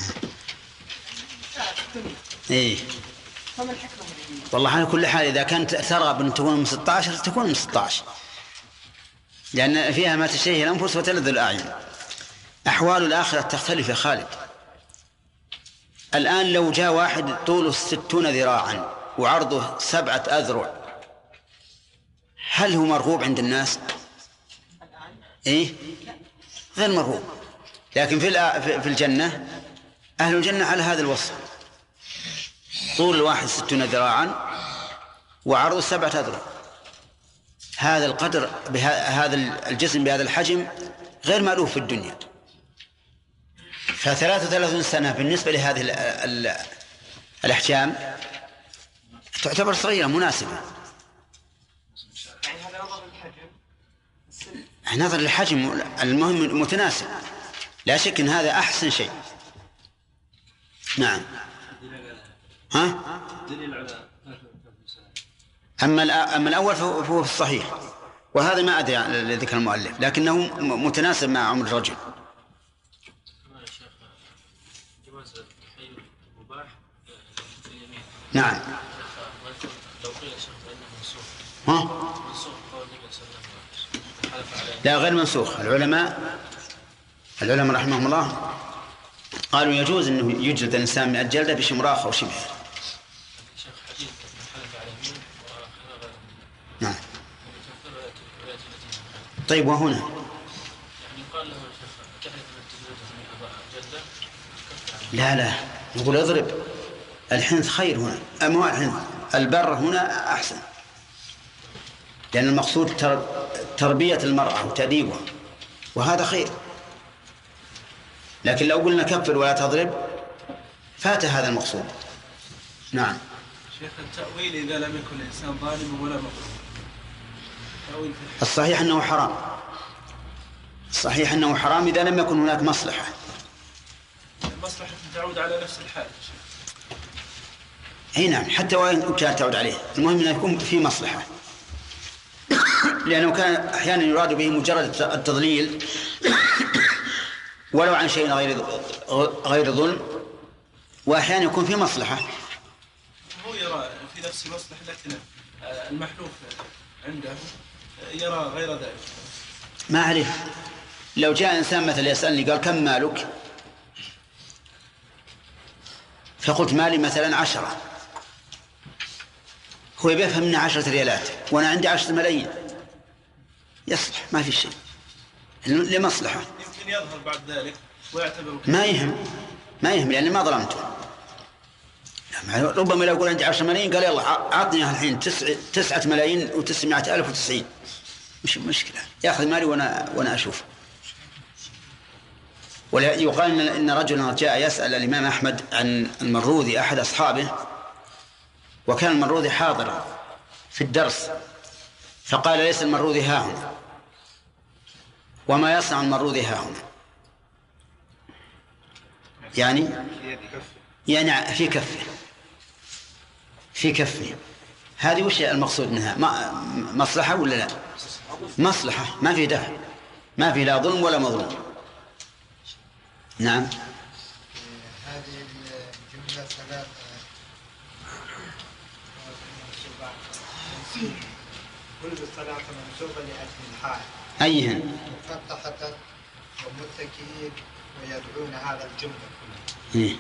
في الدنيا. إيه. فما الحكمة؟ والله على كل حال إذا كانت ترغب أن تكون من 16 تكون من 16، لأن فيها ما تشتهي الأنفس وتلذ الأعين. أحوال الآخرة تختلف يا خالد. الآن لو جاء واحد طوله 60 ذراعا وعرضه 7 أذرع، هل هو مرغوب عند الناس؟ إيه؟ غير مرغوب. لكن في الجنة أهل الجنة على هذا الوصف، طول الواحد 60 ذراعا وعرضه 7 أذرع. هذا القدر بهذا الجسم بهذا الحجم غير مألوف في الدنيا. ف33 سنة بالنسبة لهذه الأحجام تعتبر صغيرة مناسبة. يعني هذا نظر للحجم. نظر للحجم المهم متناسب، لا شك أن هذا أحسن شيء. نعم. ها؟ أما الأول فهو في الصحيح، وهذا ما أدري لذكر المؤلف، لكنه متناسب مع عمر الرجل. نعم. ها؟ لا غير منسوخ. العلماء رحمهم الله قالوا يجوز أنه يجلد الإنسان من الجلدة بشمراخ أو شبهه. نعم. طيب وهنا لا نقول اضرب. الحنث خير هنا، أما الحنث البر هنا أحسن، لأن المقصود تربية المرأة وتأديبها، وهذا خير. لكن لو قلنا كفر ولا تضرب فات هذا المقصود. نعم. شيخ التأويل إذا لم يكن الإنسان ظالما ولا مظلوما، الصحيح أنه حرام. الصحيح أنه حرام إذا لم يكن هناك مصلحة. المصلحة تعود على نفس الحال. أي نعم، حتى وإن كانت تعود عليه، المهم أن يكون في مصلحة. لأنه كان أحيانا يراد به مجرد التضليل ولو عن شيء غير ظلم، وأحيانا يكون في مصلحة. هو يرى في نفس المصلحة، لكن المحلوف عنده يرى غير ذلك. ما أعرف، لو جاء إنسان مثلا يسألني قال كم مالك، فقلت مالي مثلا 10، هو بيفهم مني 10 ريالات وأنا عندي 10 ملايين، يصلح ما في شيء لمصلحة. يمكن يظهر بعد ذلك ويعتبر ما يهم لأني ما ظلمته. ربما لو يقول عندي 10 ملايين قال يلا أعطني الحين 9 ملايين و900,090، مش مشكلة، يأخذ مالي وأنا أشوف. ويقال إن رجلا جاء يسأل الإمام أحمد عن المروذي أحد أصحابه، وكان المروذي حاضرا في الدرس، فقال ليس المروذي ها هنا، وما يصنع المروذي ها هنا، يعني في كفه. هذه وش المقصود منها؟ مصلحة ولا لا؟ مصلحة، ما في دفع، ما في لا ظلم ولا مظلوم. نعم. هذه الجملة 3 كل الصلاة منسوبة لأجل الحال. أيهن؟ مفتحة ومتكئين ويدعون هذا الجملة كلها. إيه؟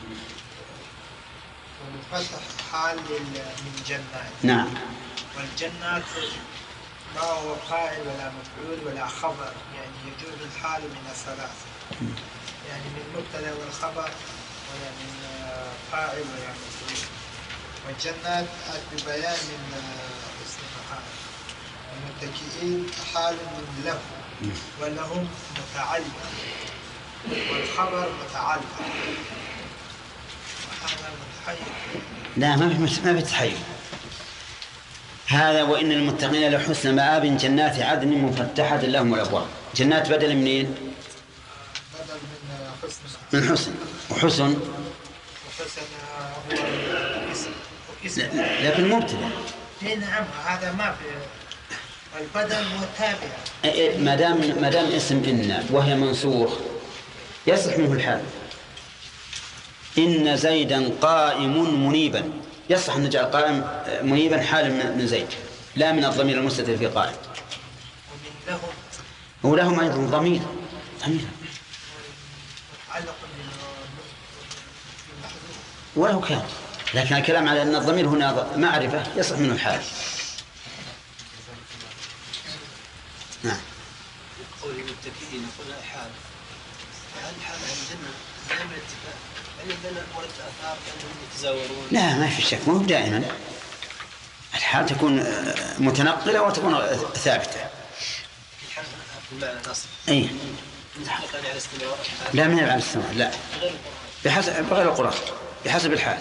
ومفتح حال من جنات. نعم. والجنات ما هو فاعل ولا مفعول ولا خبر، يعني يجوز الحال من الثلاثة، يعني من مبتدا والخبر ولا من فاعل ولا مفعول. والجنات ببيان من اسم فاعل. المتكئين حال من له، ولهم متعلق، والخبر متعلق، وهذا متحير. لا ما في تحير. هذا وإن المتقين لحسن مآب جنات عدن مفتحة لهم الأبواب. جنات بدل منين؟ بدل من حسن. وحسن هو اسم. لكن مبتدأ. نعم، هذا ما في البدل هو تابع. ما دام اسم إن وهي منسوخ يصح منه الحال. إن زيدا قائم منيبا، يصح أن نجعل قائم منيبا حال من زيد، لا من الضمير المستتر في قائم. ولهم أيضا ضمير ولو كان، لكن الكلام على أن الضمير هنا معرفة يصح منه الحال. نعم. قول المتكئين يقول حال، هل حال أهل الجنة دائما الاتفاق؟ يعني بين ورد آثار أنهم يتزاورون؟ لا، ما في شك، مو دائما. الحال تكون متنقلة وتكون ثابتة. الحال بمعنى الأصل. أي. على الاستمرار. لا، من على الاستمرار، لا. بغير القرآن، بحسب الحال.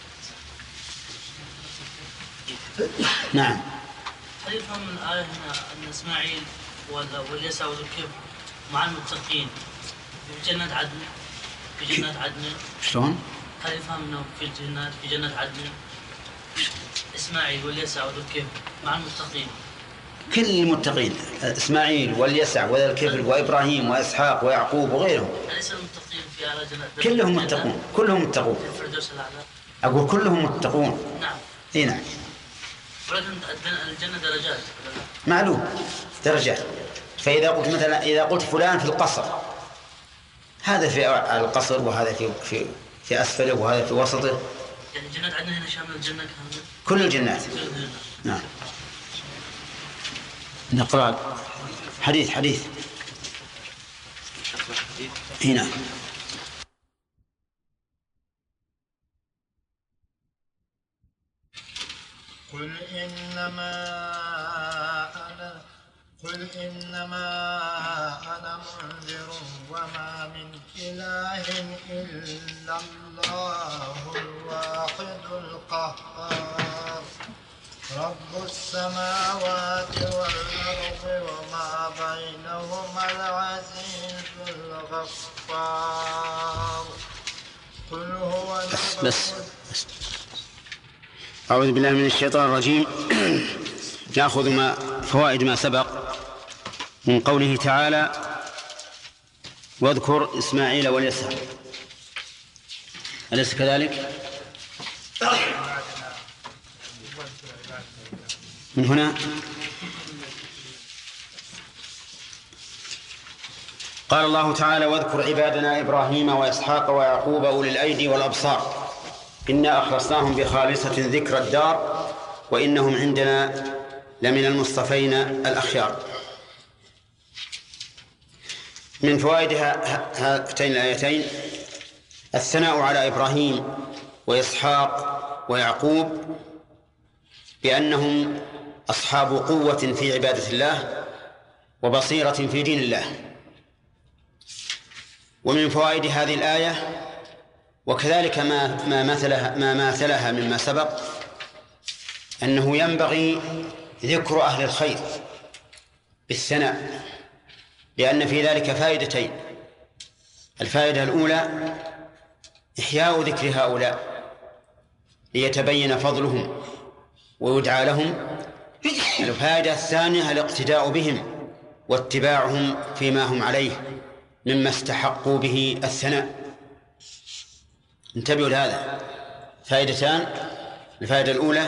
نعم. هل يفهم من الآية هنا أن إسماعيل واليسع وذو الكفر مع المتقين في جنة عدن؟ في جنة عدن. شلون؟ هل يفهم أنه في جنة عدن إسماعيل واليسع وذو الكفر مع المتقين؟ كل المتقين، إسماعيل واليسع وذا الكفر وإبراهيم وإسحاق ويعقوب وغيرهم. أليس المتقين في أعلى جنة؟ كلهم متقون، كلهم متقون. الفردوس الأعلى. أقول كلهم متقون. نعم. إيه نعم. ولكن الجنة درجات. معلوم درجات. فإذا قلت مثلا، إذا قلت فلان في القصر، هذا في القصر وهذا في أسفله وهذا في وسطه. يعني جنة عدن هنا شامل الجنة كاملة. كل الجنات. نعم. نقرأ حديث هنا. قل إنما أنا منذر وما من إله إلا الله الواحد القهار رب السماوات والأرض وما بينهما العزيز الغفار قل هو بس. أعوذ بالله من الشيطان الرجيم. نأخذ فوائد ما سبق من قوله تعالى واذكر إسماعيل واليسع، أليس كذلك؟ من هنا قال الله تعالى واذكر عبادنا إبراهيم وإسحاق ويعقوب أولي الأيدي والأبصار إنا أخلصناهم بخالصة ذكر الدار وإنهم عندنا لمن المصطفين الأخيار. من فوائد هاتين الآيتين الثناء على إبراهيم وإسحاق ويعقوب بأنهم أصحاب قوة في عبادة الله وبصيرة في دين الله. ومن فوائد هذه الآية وكذلك ما مثلها مما سبق أنه ينبغي ذكر أهل الخير بالثناء، لأن في ذلك فائدتين. الفائدة الأولى إحياء ذكر هؤلاء ليتبين فضلهم ويدعى لهم. الفائدة الثانية الاقتداء بهم واتباعهم فيما هم عليه مما استحقوا به الثناء. انتبهوا لهذا، فائدتان. الفائدة الأولى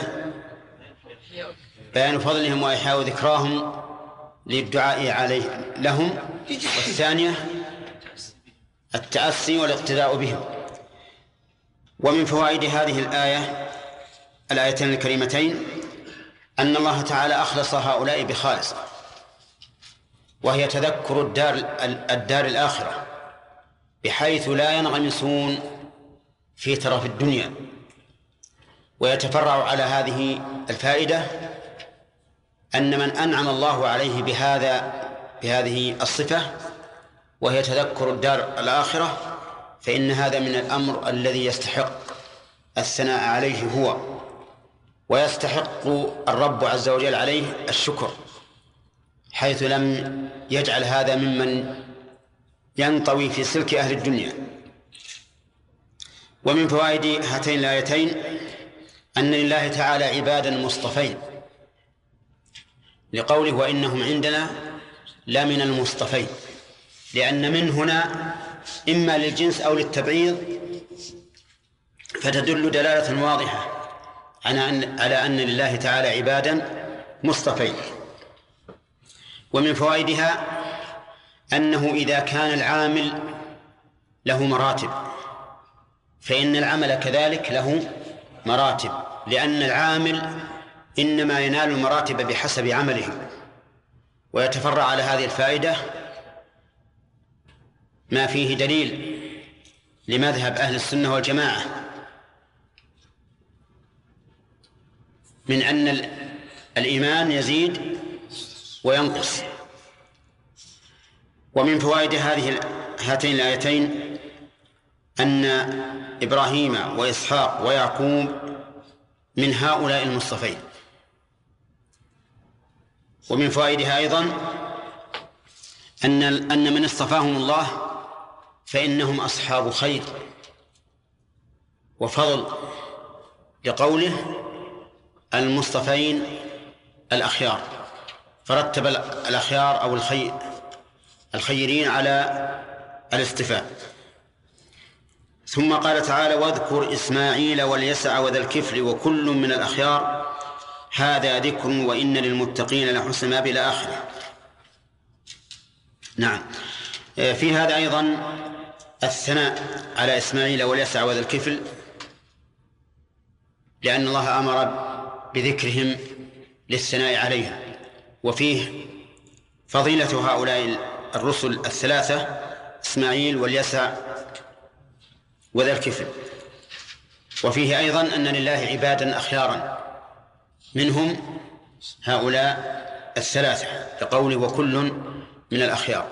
بيان فضلهم وإحياء ذكراهم للدعاء عليه لهم، والثانية التأسي والاقتداء بهم. ومن فوائد هذه الآيتين الكريمتين أن الله تعالى أخلص هؤلاء بخالصة، وهي تذكر الدار الآخرة، بحيث لا ينغمسون في ترف الدنيا. ويتفرع على هذه الفائدة أن من أنعم الله عليه بهذه الصفة وهي تذكر الدار الآخرة، فإن هذا من الأمر الذي يستحق الثناء عليه هو، ويستحق الرب عز وجل عليه الشكر، حيث لم يجعل هذا ممن ينطوي في سلك أهل الدنيا. ومن فوائد هاتين الآيتين أن لله تعالى عبادا مصطفين، لقوله وإنهم عندنا لمن المصطفين، لأن من هنا إما للجنس أو للتبعيض، فتدل دلالة واضحة على أن لله تعالى عبادا مصطفين. ومن فوائدها أنه إذا كان العامل له مراتب فإن العمل كذلك له مراتب، لأن العامل إنما ينال المراتب بحسب عمله. ويتفرع على هذه الفائدة ما فيه دليل لمذهب أهل السنة والجماعة من أن الإيمان يزيد وينقص. ومن فوائد هاتين الآيتين أن إبراهيم وإسحاق ويعقوب من هؤلاء المصطفين. ومن فوائدها أيضا أن من اصطفاهم الله فإنهم أصحاب خير وفضل، لقوله المصطفين الأخيار، فرتب الأخيار أو الخيرين على الاصطفاء. ثم قال تعالى: واذكر إسماعيل واليسع وذا الكفل وكل من الأخيار هذا ذكر وإن للمتقين لحسن مآب إلى آخره. نعم، في هذا أيضا الثناء على إسماعيل واليسع وذا الكفل، لأن الله أمر بذكرهم للثناء عليهم، وفيه فضيلة هؤلاء الرسل الثلاثة إسماعيل واليسع وذا الكفل. وفيه أيضا أن لله عبادا أخيارا منهم هؤلاء الثلاثة، لقوله وكل من الأخيار.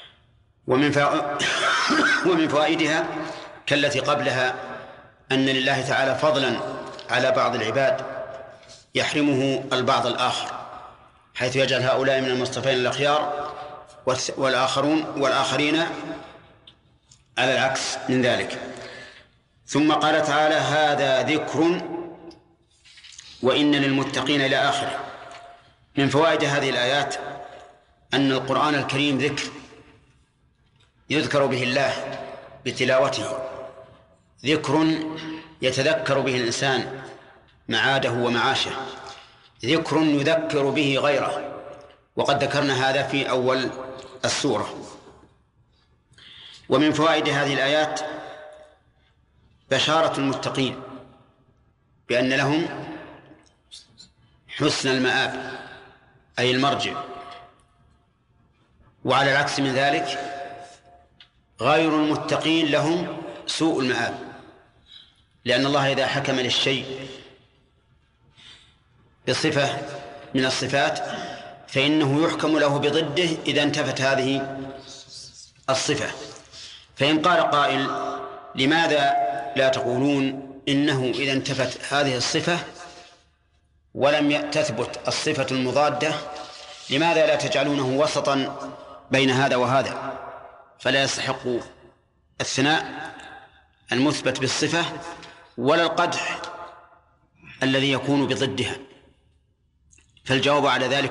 ومن فوائدها كالتي قبلها أن لله تعالى فضلا على بعض العباد يحرمه البعض الآخر، حيث يجعل هؤلاء من المصطفين الأخيار والآخرين على العكس من ذلك. ثم قال تعالى: هذا ذكر وإن للمتقين إلى آخره. من فوائد هذه الآيات أن القرآن الكريم ذكر يذكر به الله بتلاوته، ذكر يتذكر به الإنسان معاده ومعاشه، ذكر يذكر به غيره، وقد ذكرنا هذا في أول السورة. ومن فوائد هذه الآيات بشارة المتقين بأن لهم حسن المآب أي المرجع، وعلى العكس من ذلك غير المتقين لهم سوء المآب، لأن الله إذا حكم للشيء بصفة من الصفات فإنه يحكم له بضده إذا انتفت هذه الصفة. فإن قال قائل: لماذا لا تقولون إنه إذا انتفت هذه الصفة ولم تثبت الصفة المضادة لماذا لا تجعلونه وسطا بين هذا وهذا، فلا يستحق الثناء المثبت بالصفة ولا القدح الذي يكون بضدها؟ فالجواب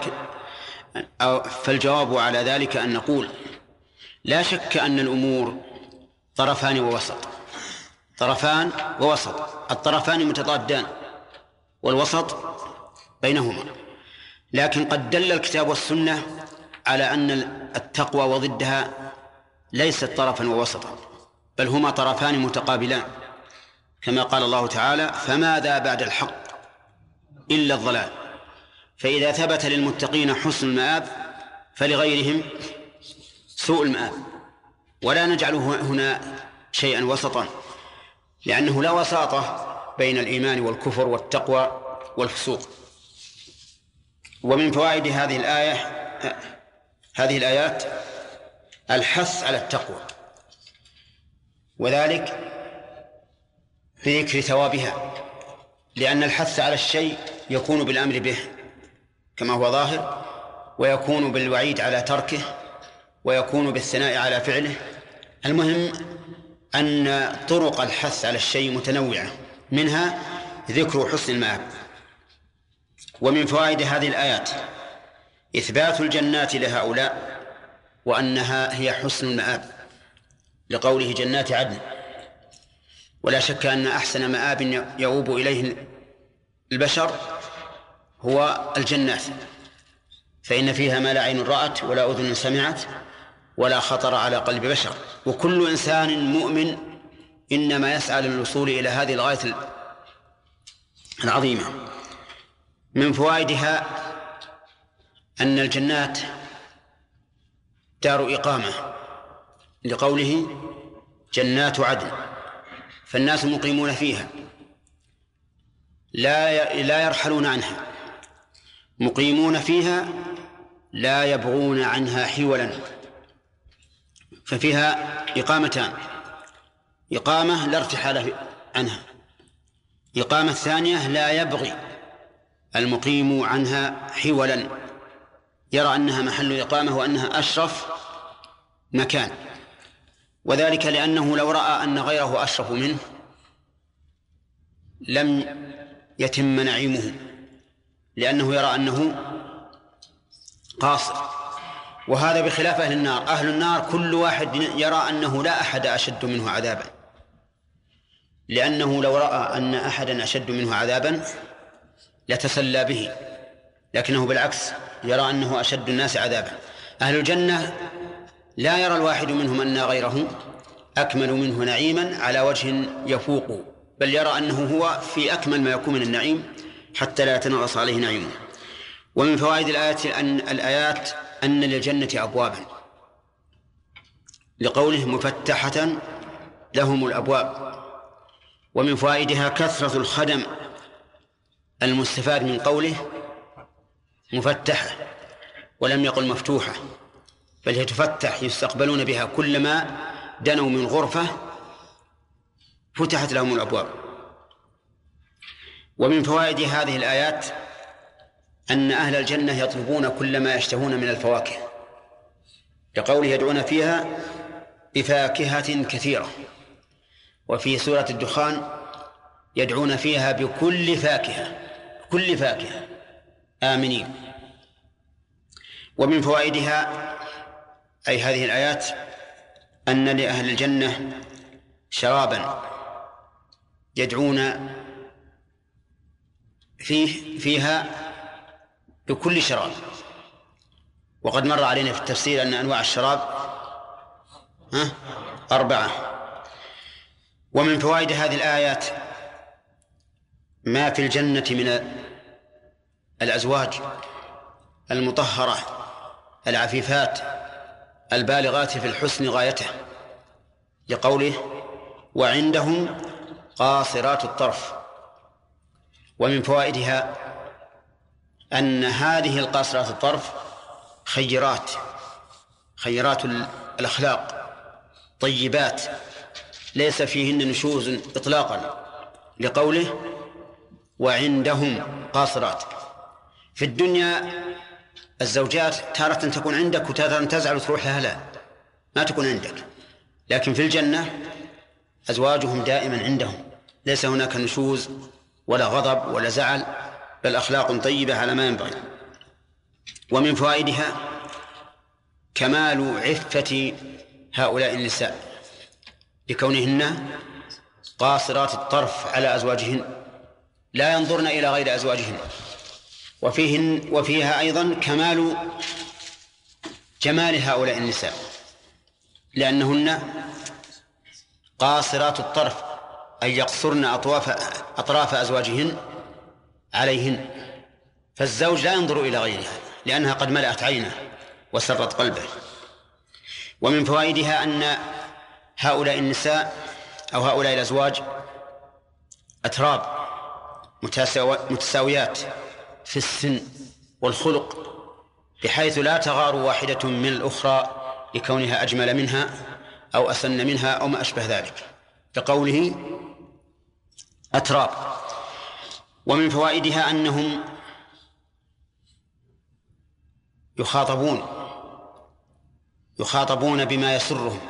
على ذلك أن نقول: لا شك أن الأمور طرفان ووسط، الطرفان متضادان والوسط بينهما، لكن قد دل الكتاب والسنة على أن التقوى وضدها ليست طرفا ووسطا، بل هما طرفان متقابلان، كما قال الله تعالى: فماذا بعد الحق إلا الضلال. فإذا ثبت للمتقين حسن المآب فلغيرهم سوء المآب، ولا نجعله هنا شيئا وسطا، لأنه لا وساطة بين الإيمان والكفر والتقوى والفسوق. ومن فوائد هذه الآيات الحث على التقوى، وذلك بذكر ثوابها، لأن الحث على الشيء يكون بالأمر به كما هو ظاهر، ويكون بالوعيد على تركه، ويكون بالثناء على فعله. المهم أن طرق الحث على الشيء متنوعة، منها ذكر حسن المآب. ومن فوائد هذه الآيات إثبات الجنات لهؤلاء وأنها هي حسن المآب لقوله جنات عدن. ولا شك أن أحسن مآب يؤوب إليه البشر هو الجنات، فإن فيها ما لا عين رأت ولا أذن سمعت ولا خطر على قلب بشر. وكل إنسان مؤمن إنما يسعى للوصول إلى هذه الغاية العظيمة. من فوائدها أن الجنات دار إقامة لقوله جنات عدن، فالناس مقيمون فيها لا يرحلون عنها، مقيمون فيها لا يبغون عنها حولا. ففيها إقامتان: إقامة لا ارتحال عنها، إقامة ثانية لا يبغي المقيم عنها حولا، يرى أنها محل إقامة وأنها أشرف مكان. وذلك لأنه لو رأى أن غيره أشرف منه لم يتم نعيمه، لأنه يرى أنه قاصر. وهذا بخلاف أهل النار. أهل النار كل واحد يرى أنه لا أحد أشد منه عذابا، لأنه لو رأى أن أحدا أشد منه عذابا لتسلى به، لكنه بالعكس يرى أنه أشد الناس عذابا. أهل الجنة لا يرى الواحد منهم أن غيره أكمل منه نعيما على وجه يفوق، بل يرى أنه هو في أكمل ما يكون من النعيم حتى لا يتنغص عليه نعيمه. ومن فوائد الآيات أن للجنة أبوابا لقوله مفتحة لهم الأبواب. ومن فوائدها كثرة الخدم المستفاد من قوله مفتحة ولم يقل مفتوحة، بل هي تفتح، يستقبلون بها كلما دنوا من غرفة فتحت لهم الأبواب. ومن فوائد هذه الآيات أن أهل الجنة يطلبون كل ما يشتهون من الفواكه لقوله يدعون فيها بفاكهة كثيرة. وفي سورة الدخان يدعون فيها بكل فاكهة، كل فاكهة آمنين. ومن فوائدها أي هذه الآيات أن لأهل الجنة شرابا يدعون فيها بكل شراب. وقد مر علينا في التفسير أن أنواع الشراب 4. ومن فوائد هذه الآيات ما في الجنة من الأزواج المطهرة العفيفات البالغات في الحسن غايته لقوله وعندهم قاصرات الطرف. ومن فوائدها أن هذه القاصرات الطرف خيرات الأخلاق طيبات ليس فيهن نشوز إطلاقا لقوله وعندهم قاصرات. في الدنيا الزوجات تارة تكون عندك وتارة تزعل وتروح لها، لا ما تكون عندك، لكن في الجنة أزواجهم دائما عندهم، ليس هناك نشوز ولا غضب ولا زعل، بل أخلاق طيبة على ما ينبغي. ومن فوائدها كمال عفة هؤلاء النساء لكونهن قاصرات الطرف على أزواجهن لا ينظرن إلى غير أزواجهن. وفيها أيضا كمال جمال هؤلاء النساء لأنهن قاصرات الطرف أي يقصرن أطراف أزواجهن عليهن، فالزوج لا ينظر إلى غيرها لأنها قد ملأت عينه وسرت قلبه. ومن فوائدها أن هؤلاء النساء أو هؤلاء الأزواج أتراب متساويات في السن والخلق بحيث لا تغار واحدة من الأخرى لكونها أجمل منها أو أسن منها أو ما أشبه ذلك كقوله أتراب. ومن فوائدها أنهم يخاطبون بما يسرهم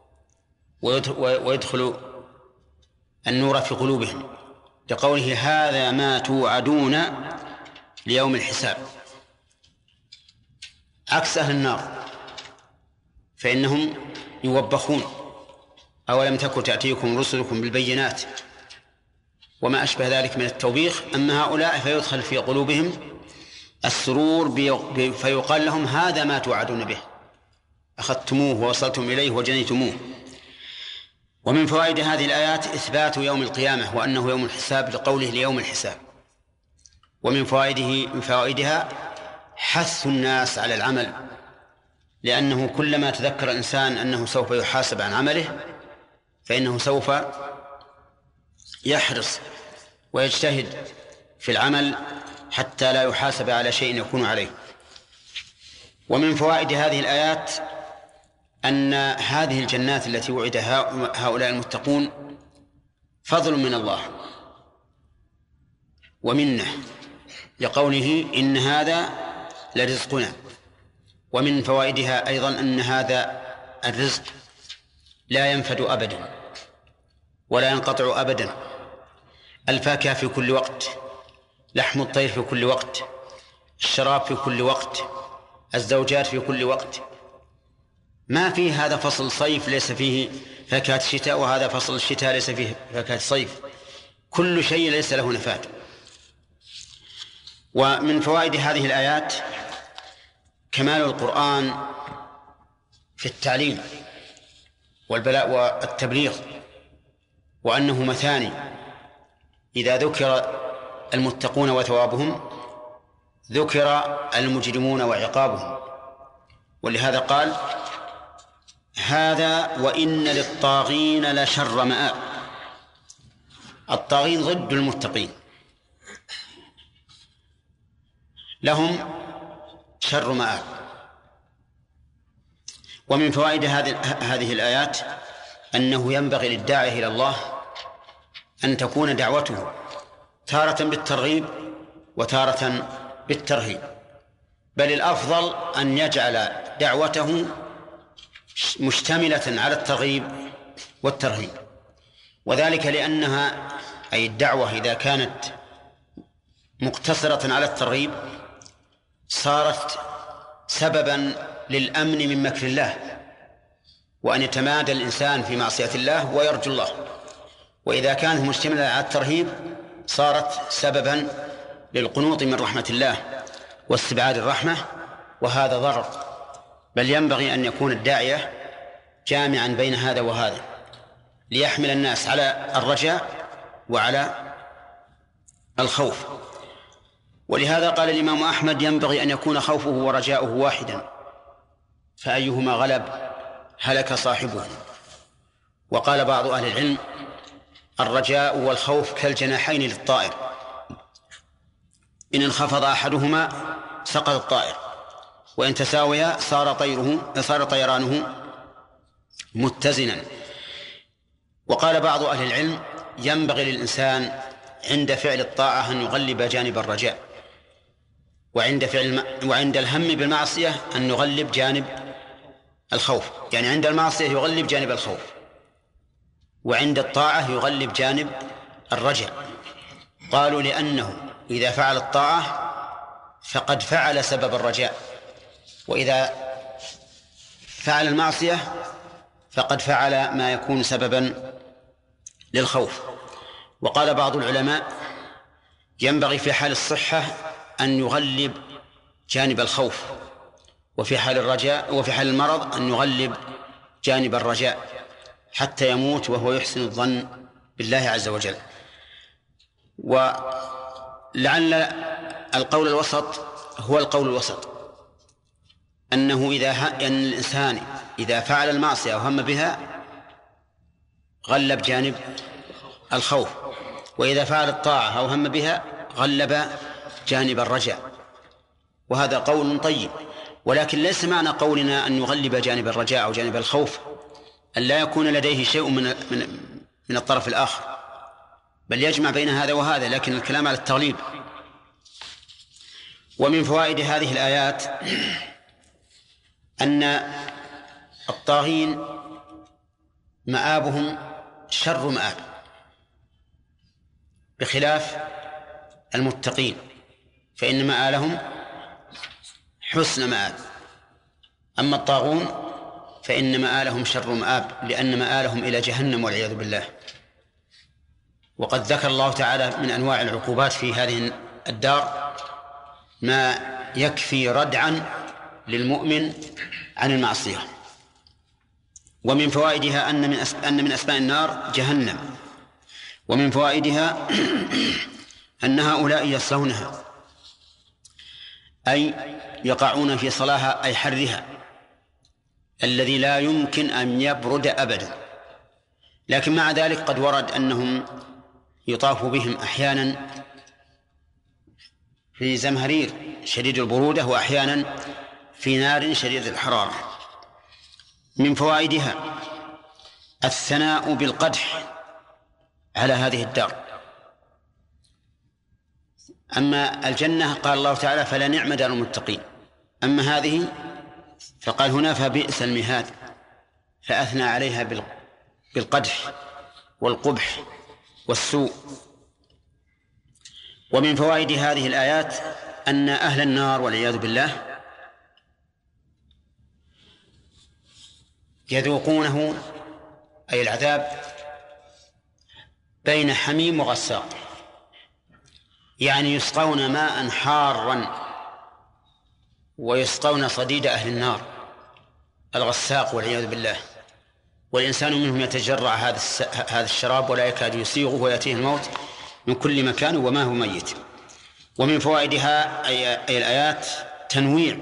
ويدخل النور في قلوبهم لقوله هذا ما توعدون ليوم الحساب، عكس أهل النار فإنهم يوبخون. أولم تكن تأتيكم رسلكم بالبينات وما أشبه ذلك من التوبيخ. أما هؤلاء فيدخل في قلوبهم السرور فيقال لهم هذا ما توعدون به، أخذتموه ووصلتم إليه وجنيتموه. ومن فوائد هذه الآيات إثبات يوم القيامة وأنه يوم الحساب لقوله ليوم الحساب. ومن فوائدها حث الناس على العمل، لأنه كلما تذكر الإنسان أنه سوف يحاسب عن عمله فإنه سوف يحرص ويجتهد في العمل حتى لا يحاسب على شيء يكون عليه. ومن فوائد هذه الآيات أن هذه الجنات التي وعد هؤلاء المتقون فضل من الله ومنه، لقوله إن هذا لرزقنا. ومن فوائدها أيضا أن هذا الرزق لا ينفد أبدا ولا ينقطع أبدا. الفاكهة في كل وقت، لحم الطير في كل وقت، الشراب في كل وقت، الزوجات في كل وقت. ما في هذا فصل صيف ليس فيه فاكهة الشتاء وهذا فصل الشتاء ليس فيه فاكهة الصيف، كل شيء ليس له نفاد. ومن فوائد هذه الآيات كمال القرآن في التعليم والبلاء والتبليغ، وأنه مثاني، إذا ذكر المتقون وثوابهم ذكر المجرمون وعقابهم. ولهذا قال هذا وإن للطاغين لشر مآب. الطاغين ضد المتقين، لهم شر مآب. ومن فوائد هذه الآيات أنه ينبغي للداعي إلى الله أن تكون دعوته تارة بالترغيب وتارة بالترهيب، بل الأفضل أن يجعل دعوته مشتملة على الترغيب والترهيب. وذلك لأنها أي الدعوة إذا كانت مقتصرة على الترغيب صارت سببا للأمن من مكر الله وأن يتمادى الإنسان في معصية الله ويرجو الله. وإذا كانت مشتملة على الترهيب صارت سببا للقنوط من رحمة الله واستبعاد الرحمة، وهذا ضرر. بل ينبغي أن يكون الداعية جامعا بين هذا وهذا ليحمل الناس على الرجاء وعلى الخوف. ولهذا قال الإمام أحمد ينبغي أن يكون خوفه ورجاؤه واحدا، فأيهما غلب هلك صاحبه. وقال بعض أهل العلم الرجاء والخوف كالجناحين للطائر، إن انخفض أحدهما سقط الطائر، وإن تساويا صار طيرانه متزنا. وقال بعض أهل العلم ينبغي للإنسان عند فعل الطاعة أن يغلب جانب الرجاء، وعند الهم بالمعصية أن يغلب جانب الخوف، يعني عند المعصية يغلب جانب الخوف، وعند الطاعة يغلب جانب الرجاء. قالوا لأنه إذا فعل الطاعة فقد فعل سبب الرجاء، وإذا فعل المعصية فقد فعل ما يكون سببا للخوف. وقال بعض العلماء ينبغي في حال الصحة أن يغلب جانب الخوف، وفي حال المرض أن يغلب جانب الرجاء حتى يموت وهو يحسن الظن بالله عز وجل. ولعل القول الوسط هو القول الوسط، أن الإنسان إذا فعل المعصية أو هم بها غلب جانب الخوف، وإذا فعل الطاعة أو هم بها غلب جانب الرجاء. وهذا قول طيب، ولكن ليس معنى قولنا أن يغلب جانب الرجاء أو جانب الخوف أن لا يكون لديه شيء من الطرف الآخر، بل يجمع بين هذا وهذا، لكن الكلام على التغليب. ومن فوائد هذه الآيات أن الطاغين مآبهم شر مآب بخلاف المتقين، فإن مآلهم حسن مآب. أما الطاغون فإن مآلهم شر مآب، لأن مآلهم إلى جهنم والعياذ بالله. وقد ذكر الله تعالى من أنواع العقوبات في هذه الدار ما يكفي ردعا للمؤمن عن المعصية. ومن فوائدها أن من أسماء النار جهنم، ومن فوائدها أن هؤلاء يصلونها أي يقعون في صلاها أي حرها الذي لا يمكن أن يبرد أبدا. لكن مع ذلك قد ورد أنهم يطاف بهم أحيانا في زمهرير شديد البرودة وأحيانا في نار شديد الحرارة. من فوائدها الثناء بالقدح على هذه الدار. أما الجنة قال الله تعالى فلا نعم دار المتقين، أما هذه فقال هنا فبئس المهاد، فأثنى عليها بالقدح والقبح والسوء. ومن فوائد هذه الآيات أن أهل النار والعياذ بالله يذوقونه أي العذاب بين حميم وغساق، يعني يسقون ماء حارا ويسقون صديد أهل النار الغساق والعياذ بالله، والإنسان منهم يتجرع هذا الشراب ولا يكاد يسيغه ويأتيه الموت من كل مكان وما هو ميت. ومن فوائدها أي الآيات تنويع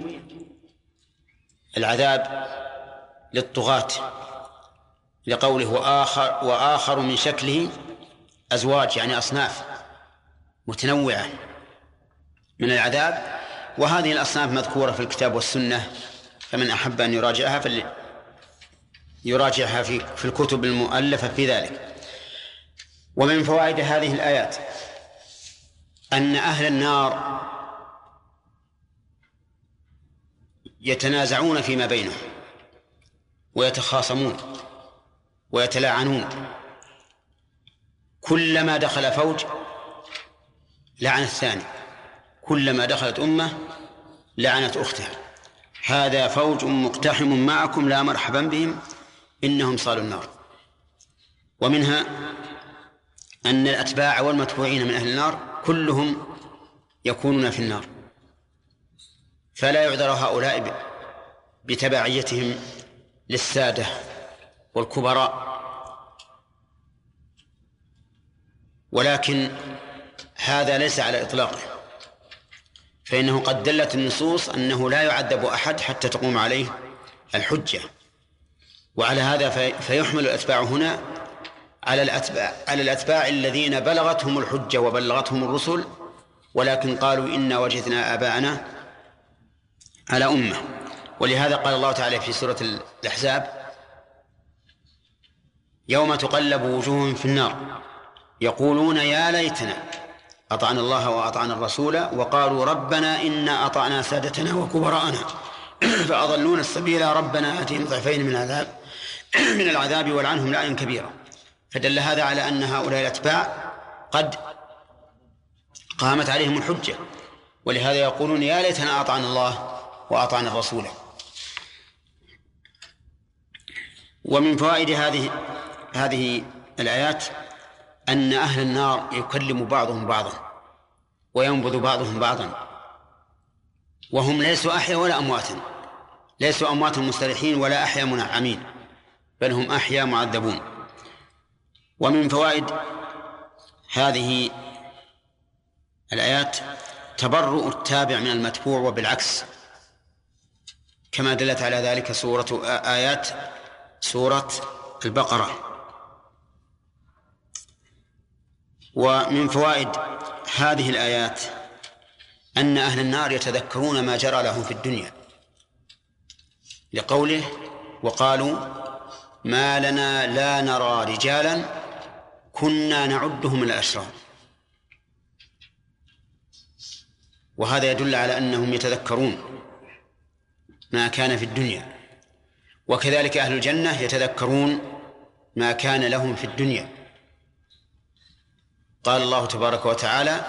العذاب للطغاة، لقوله وآخر من شكله أزواج، يعني أصناف متنوعة من العذاب، وهذه الأصناف مذكورة في الكتاب والسنة، فمن أحب أن يراجعها يراجعها في الكتب المؤلفة في ذلك. ومن فوائد هذه الآيات أن أهل النار يتنازعون فيما بينهم ويتخاصمون ويتلاعنون، كلما دخل فوج لعن الثاني، كلما دخلت أمة لعنت أختها، هذا فوج مقتحم معكم لا مرحبا بهم إنهم صالوا النار. ومنها أن الأتباع والمتبوعين من أهل النار كلهم يكونون في النار، فلا يعذر هؤلاء بتبعيتهم للسادة والكبراء، ولكن هذا ليس على إطلاقه، فإنه قد دلت النصوص أنه لا يعذب أحد حتى تقوم عليه الحجة. وعلى هذا فيحمل الأتباع هنا على الأتباع الذين بلغتهم الحجة وبلغتهم الرسل ولكن قالوا إنا وجدنا آباءنا على أمة. ولهذا قال الله تعالى في سورة الأحزاب يوم تقلب وجوههم في النار يقولون يا ليتنا أطعنا الله وأطعنا الرسول وقالوا ربنا إنا أطعنا سادتنا وكبراءنا فأضلونا السبيل ربنا آتهم ضعفين من العذاب والعنهم لعنا كبيرا. فدل هذا على أن هؤلاء الأتباع قد قامت عليهم الحجة، ولهذا يقولون يا ليتنا أطعنا الله وأطعنا الرسول. ومن فوائد هذه الآيات أن أهل النار يكلم بعضهم بعضا وينبذ بعضهم بعضا، وهم ليسوا أحيا ولا أمواتا، ليسوا أمواتا مستريحين ولا أحيا منعمين، بل هم أحيا معذبون. ومن فوائد هذه الآيات تبرؤ التابع من المتبوع وبالعكس، كما دلت على ذلك آيات سورة البقرة. ومن فوائد هذه الآيات أن أهل النار يتذكرون ما جرى لهم في الدنيا، لقوله وقالوا ما لنا لا نرى رجالا كنا نعدهم من الأشرار، وهذا يدل على أنهم يتذكرون ما كان في الدنيا. وكذلك أهل الجنة يتذكرون ما كان لهم في الدنيا. قال الله تبارك وتعالى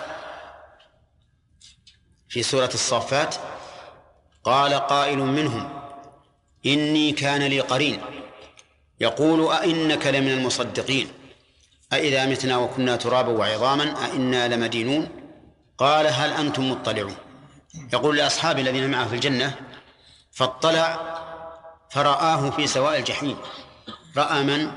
في سورة الصافات قال قائل منهم إني كان لي قرين يقول أئنك لمن المصدقين أئذا متنا وكنا ترابا وعظاما أئنا لمدينون قال هل أنتم مطلعون. يقول لأصحاب الذين معه في الجنة فاطلع فرآه في سواء الجحيم. رأى من؟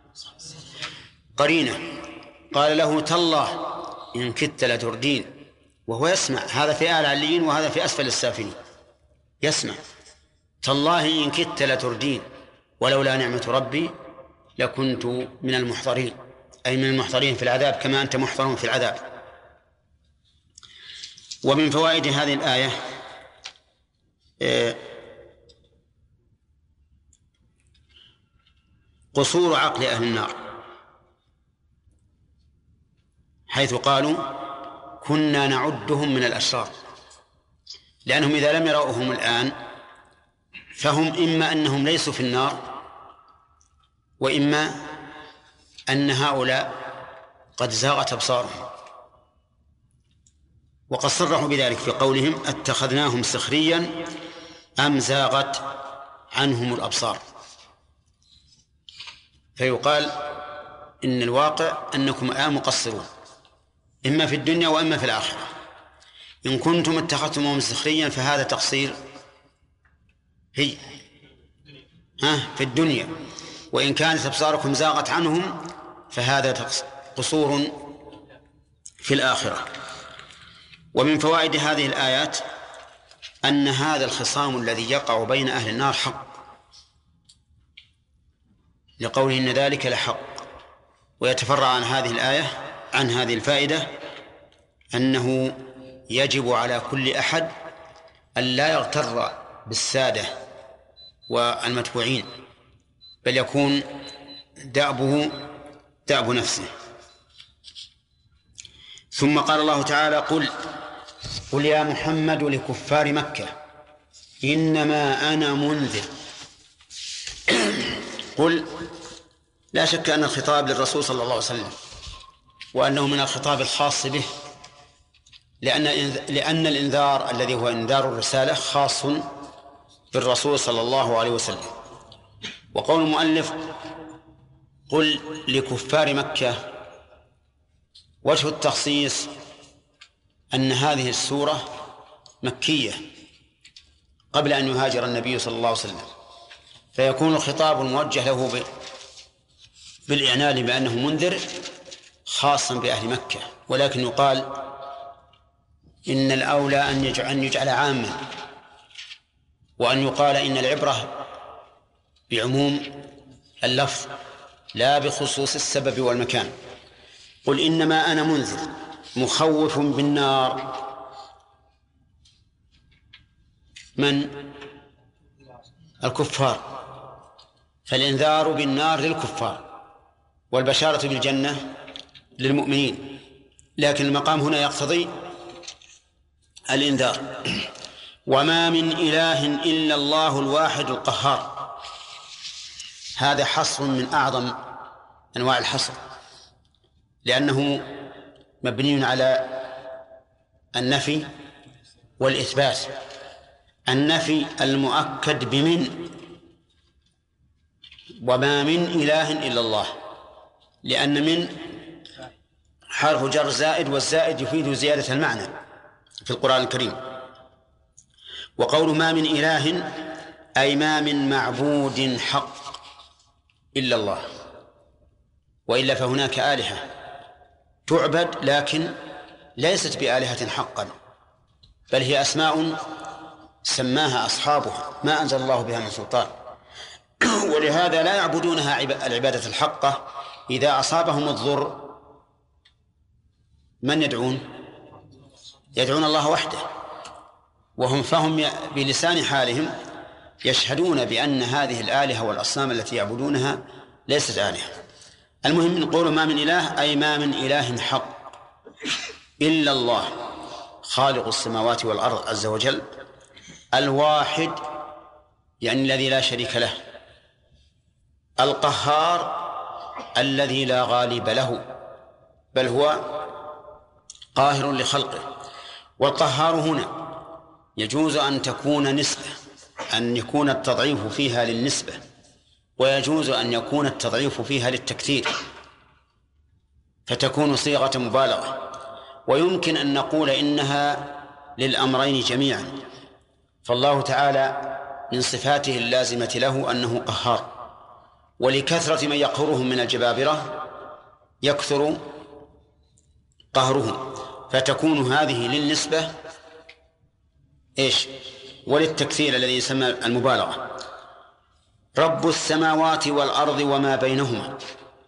قرينه. قال له تالله إن كدت لتردين، وهو يسمع، هذا في أعلى عليين وهذا في أسفل السافلين، يسمع. تالله إن كدت لتردين ولولا نعمة ربي لكنت من المحضرين، أي من المحضرين في العذاب كما أنت محضر في العذاب. ومن فوائد هذه الآية قصور عقل أهل النار، حيث قالوا كنا نعدهم من الأشرار، لأنهم إذا لم يرؤهم الآن فهم إما أنهم ليسوا في النار وإما أن هؤلاء قد زاغت أبصارهم. وقد صرحوا بذلك في قولهم اتخذناهم سخريا أم زاغت عنهم الأبصار. فيقال إن الواقع أنكم مقصرون إما في الدنيا وإما في الآخرة. إن كنتم اتخذتموهم سخريا فهذا تقصير في الدنيا، وإن كانت أبصاركم زاغت عنهم فهذا قصور في الآخرة. ومن فوائد هذه الآيات أن هذا الخصام الذي يقع بين أهل النار حق، لقوله إن ذلك لحق. ويتفرع عن هذه الآية عن هذه الفائدة أنه يجب على كل أحد أن لا يغتر بالسادة والمتبوعين، بل يكون دأبه دأب نفسه. ثم قال الله تعالى قل يا محمد لكفار مكة إنما أنا منذر. قل لا شك أن الخطاب للرسول صلى الله عليه وسلم، وأنه من الخطاب الخاص به، لأن الإنذار الذي هو إنذار الرسالة خاص بالرسول صلى الله عليه وسلم. وقول المؤلف قل لكفار مكة، وجه التخصيص أن هذه السورة مكية قبل أن يهاجر النبي صلى الله عليه وسلم، فيكون الخطاب الموجه له بالإعلان بأنه منذر خاصا بأهل مكة. ولكن يقال إن الأولى أن يجعل عاما، وأن يقال إن العبرة بعموم اللفظ لا بخصوص السبب والمكان. قل إنما أنا منذر مخوف بالنار. من؟ الكفار، فالإنذار بالنار للكفار والبشارة بالجنة للمؤمنين، لكن المقام هنا يقتضي الإنذار. وما من إله إلا الله الواحد القهار. هذا حصر من أعظم أنواع الحصر، لأنه مبني على النفي والإثبات. النفي المؤكد بمن، وما من إله إلا الله، لأن من حرف جر زائد، والزائد يفيد زيادة المعنى في القرآن الكريم. وقول ما من إله أي ما من معبود حق إلا الله، وإلا فهناك آلهة تعبد لكن ليست بآلهة حقا، بل هي أسماء سماها أصحابها ما أنزل الله بها من سلطان، ولهذا لا يعبدونها العبادة الحقة. إذا أصابهم الضر من يدعون؟ يدعون الله وحده، فهم بلسان حالهم يشهدون بأن هذه الآلهة والأصنام التي يعبدونها ليست آلهة. المهم نقول ما من إله أي ما من إله حق إلا الله خالق السماوات والأرض عز وجل، الواحد يعني الذي لا شريك له، القهار الذي لا غالب له بل هو قاهر لخلقه. والقهار هنا يجوز أن تكون نسبة أن يكون التضعيف فيها للنسبة، ويجوز أن يكون التضعيف فيها للتكثير فتكون صيغة مبالغة، ويمكن أن نقول إنها للأمرين جميعا. فالله تعالى من صفاته اللازمة له أنه قهار، ولكثرة من يقهرهم من الجبابرة يكثر قهرهم، فتكون هذه للنسبة وللتكثير الذي يسمى المبالغة. رب السماوات والأرض وما بينهما.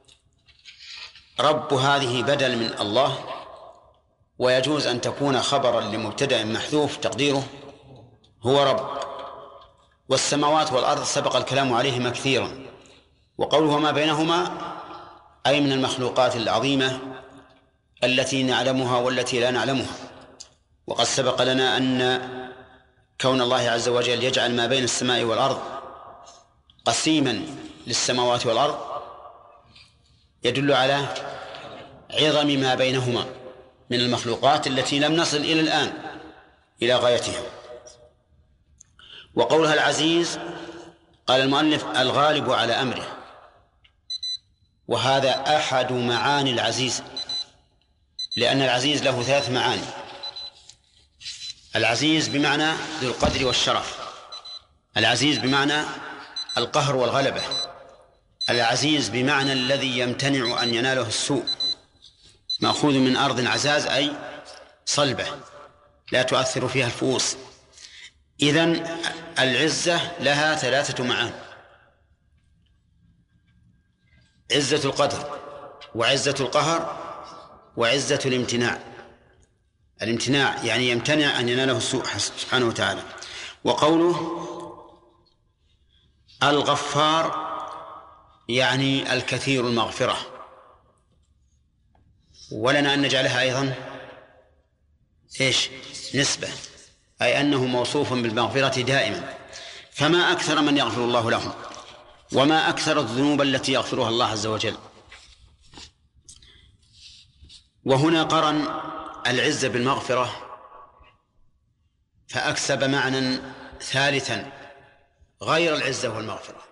رب هذه بدل من الله، ويجوز أن تكون خبرا لمبتدأ محذوف تقديره هو رب. والسماوات والأرض سبق الكلام عليهما كثيرا، وقوله ما بينهما أي من المخلوقات العظيمة التي نعلمها والتي لا نعلمها. وقد سبق لنا أن كون الله عز وجل يجعل ما بين السماء والأرض قسيما للسماوات والأرض يدل على عظم ما بينهما من المخلوقات التي لم نصل إلى الآن إلى غايتها. وقولها العزيز قال المؤلف الغالب على أمره، وهذا أحد معاني العزيز، لأن العزيز له 3 معاني. العزيز بمعنى ذو القدر والشرف، العزيز بمعنى القهر والغلبة، العزيز بمعنى الذي يمتنع أن يناله السوء، مأخوذ من أرض عزاز أي صلبة لا تؤثر فيها الفؤوس. إذن العزة لها 3 معاني: عزة القدر، وعزة القهر، وعزة الامتناع. الامتناع يعني يمتنع أن يناله السوء سبحانه وتعالى. وقوله الغفار يعني الكثير المغفرة، ولنا أن نجعلها أيضا نسبة، أي أنه موصوف بالمغفرة دائما. فما أكثر من يغفر الله لهم، وما أكثر الذنوب التي يغفرها الله عز وجل. وهنا قرن العزة بالمغفرة فأكسب معنى ثالثا غير العزة والمغفرة،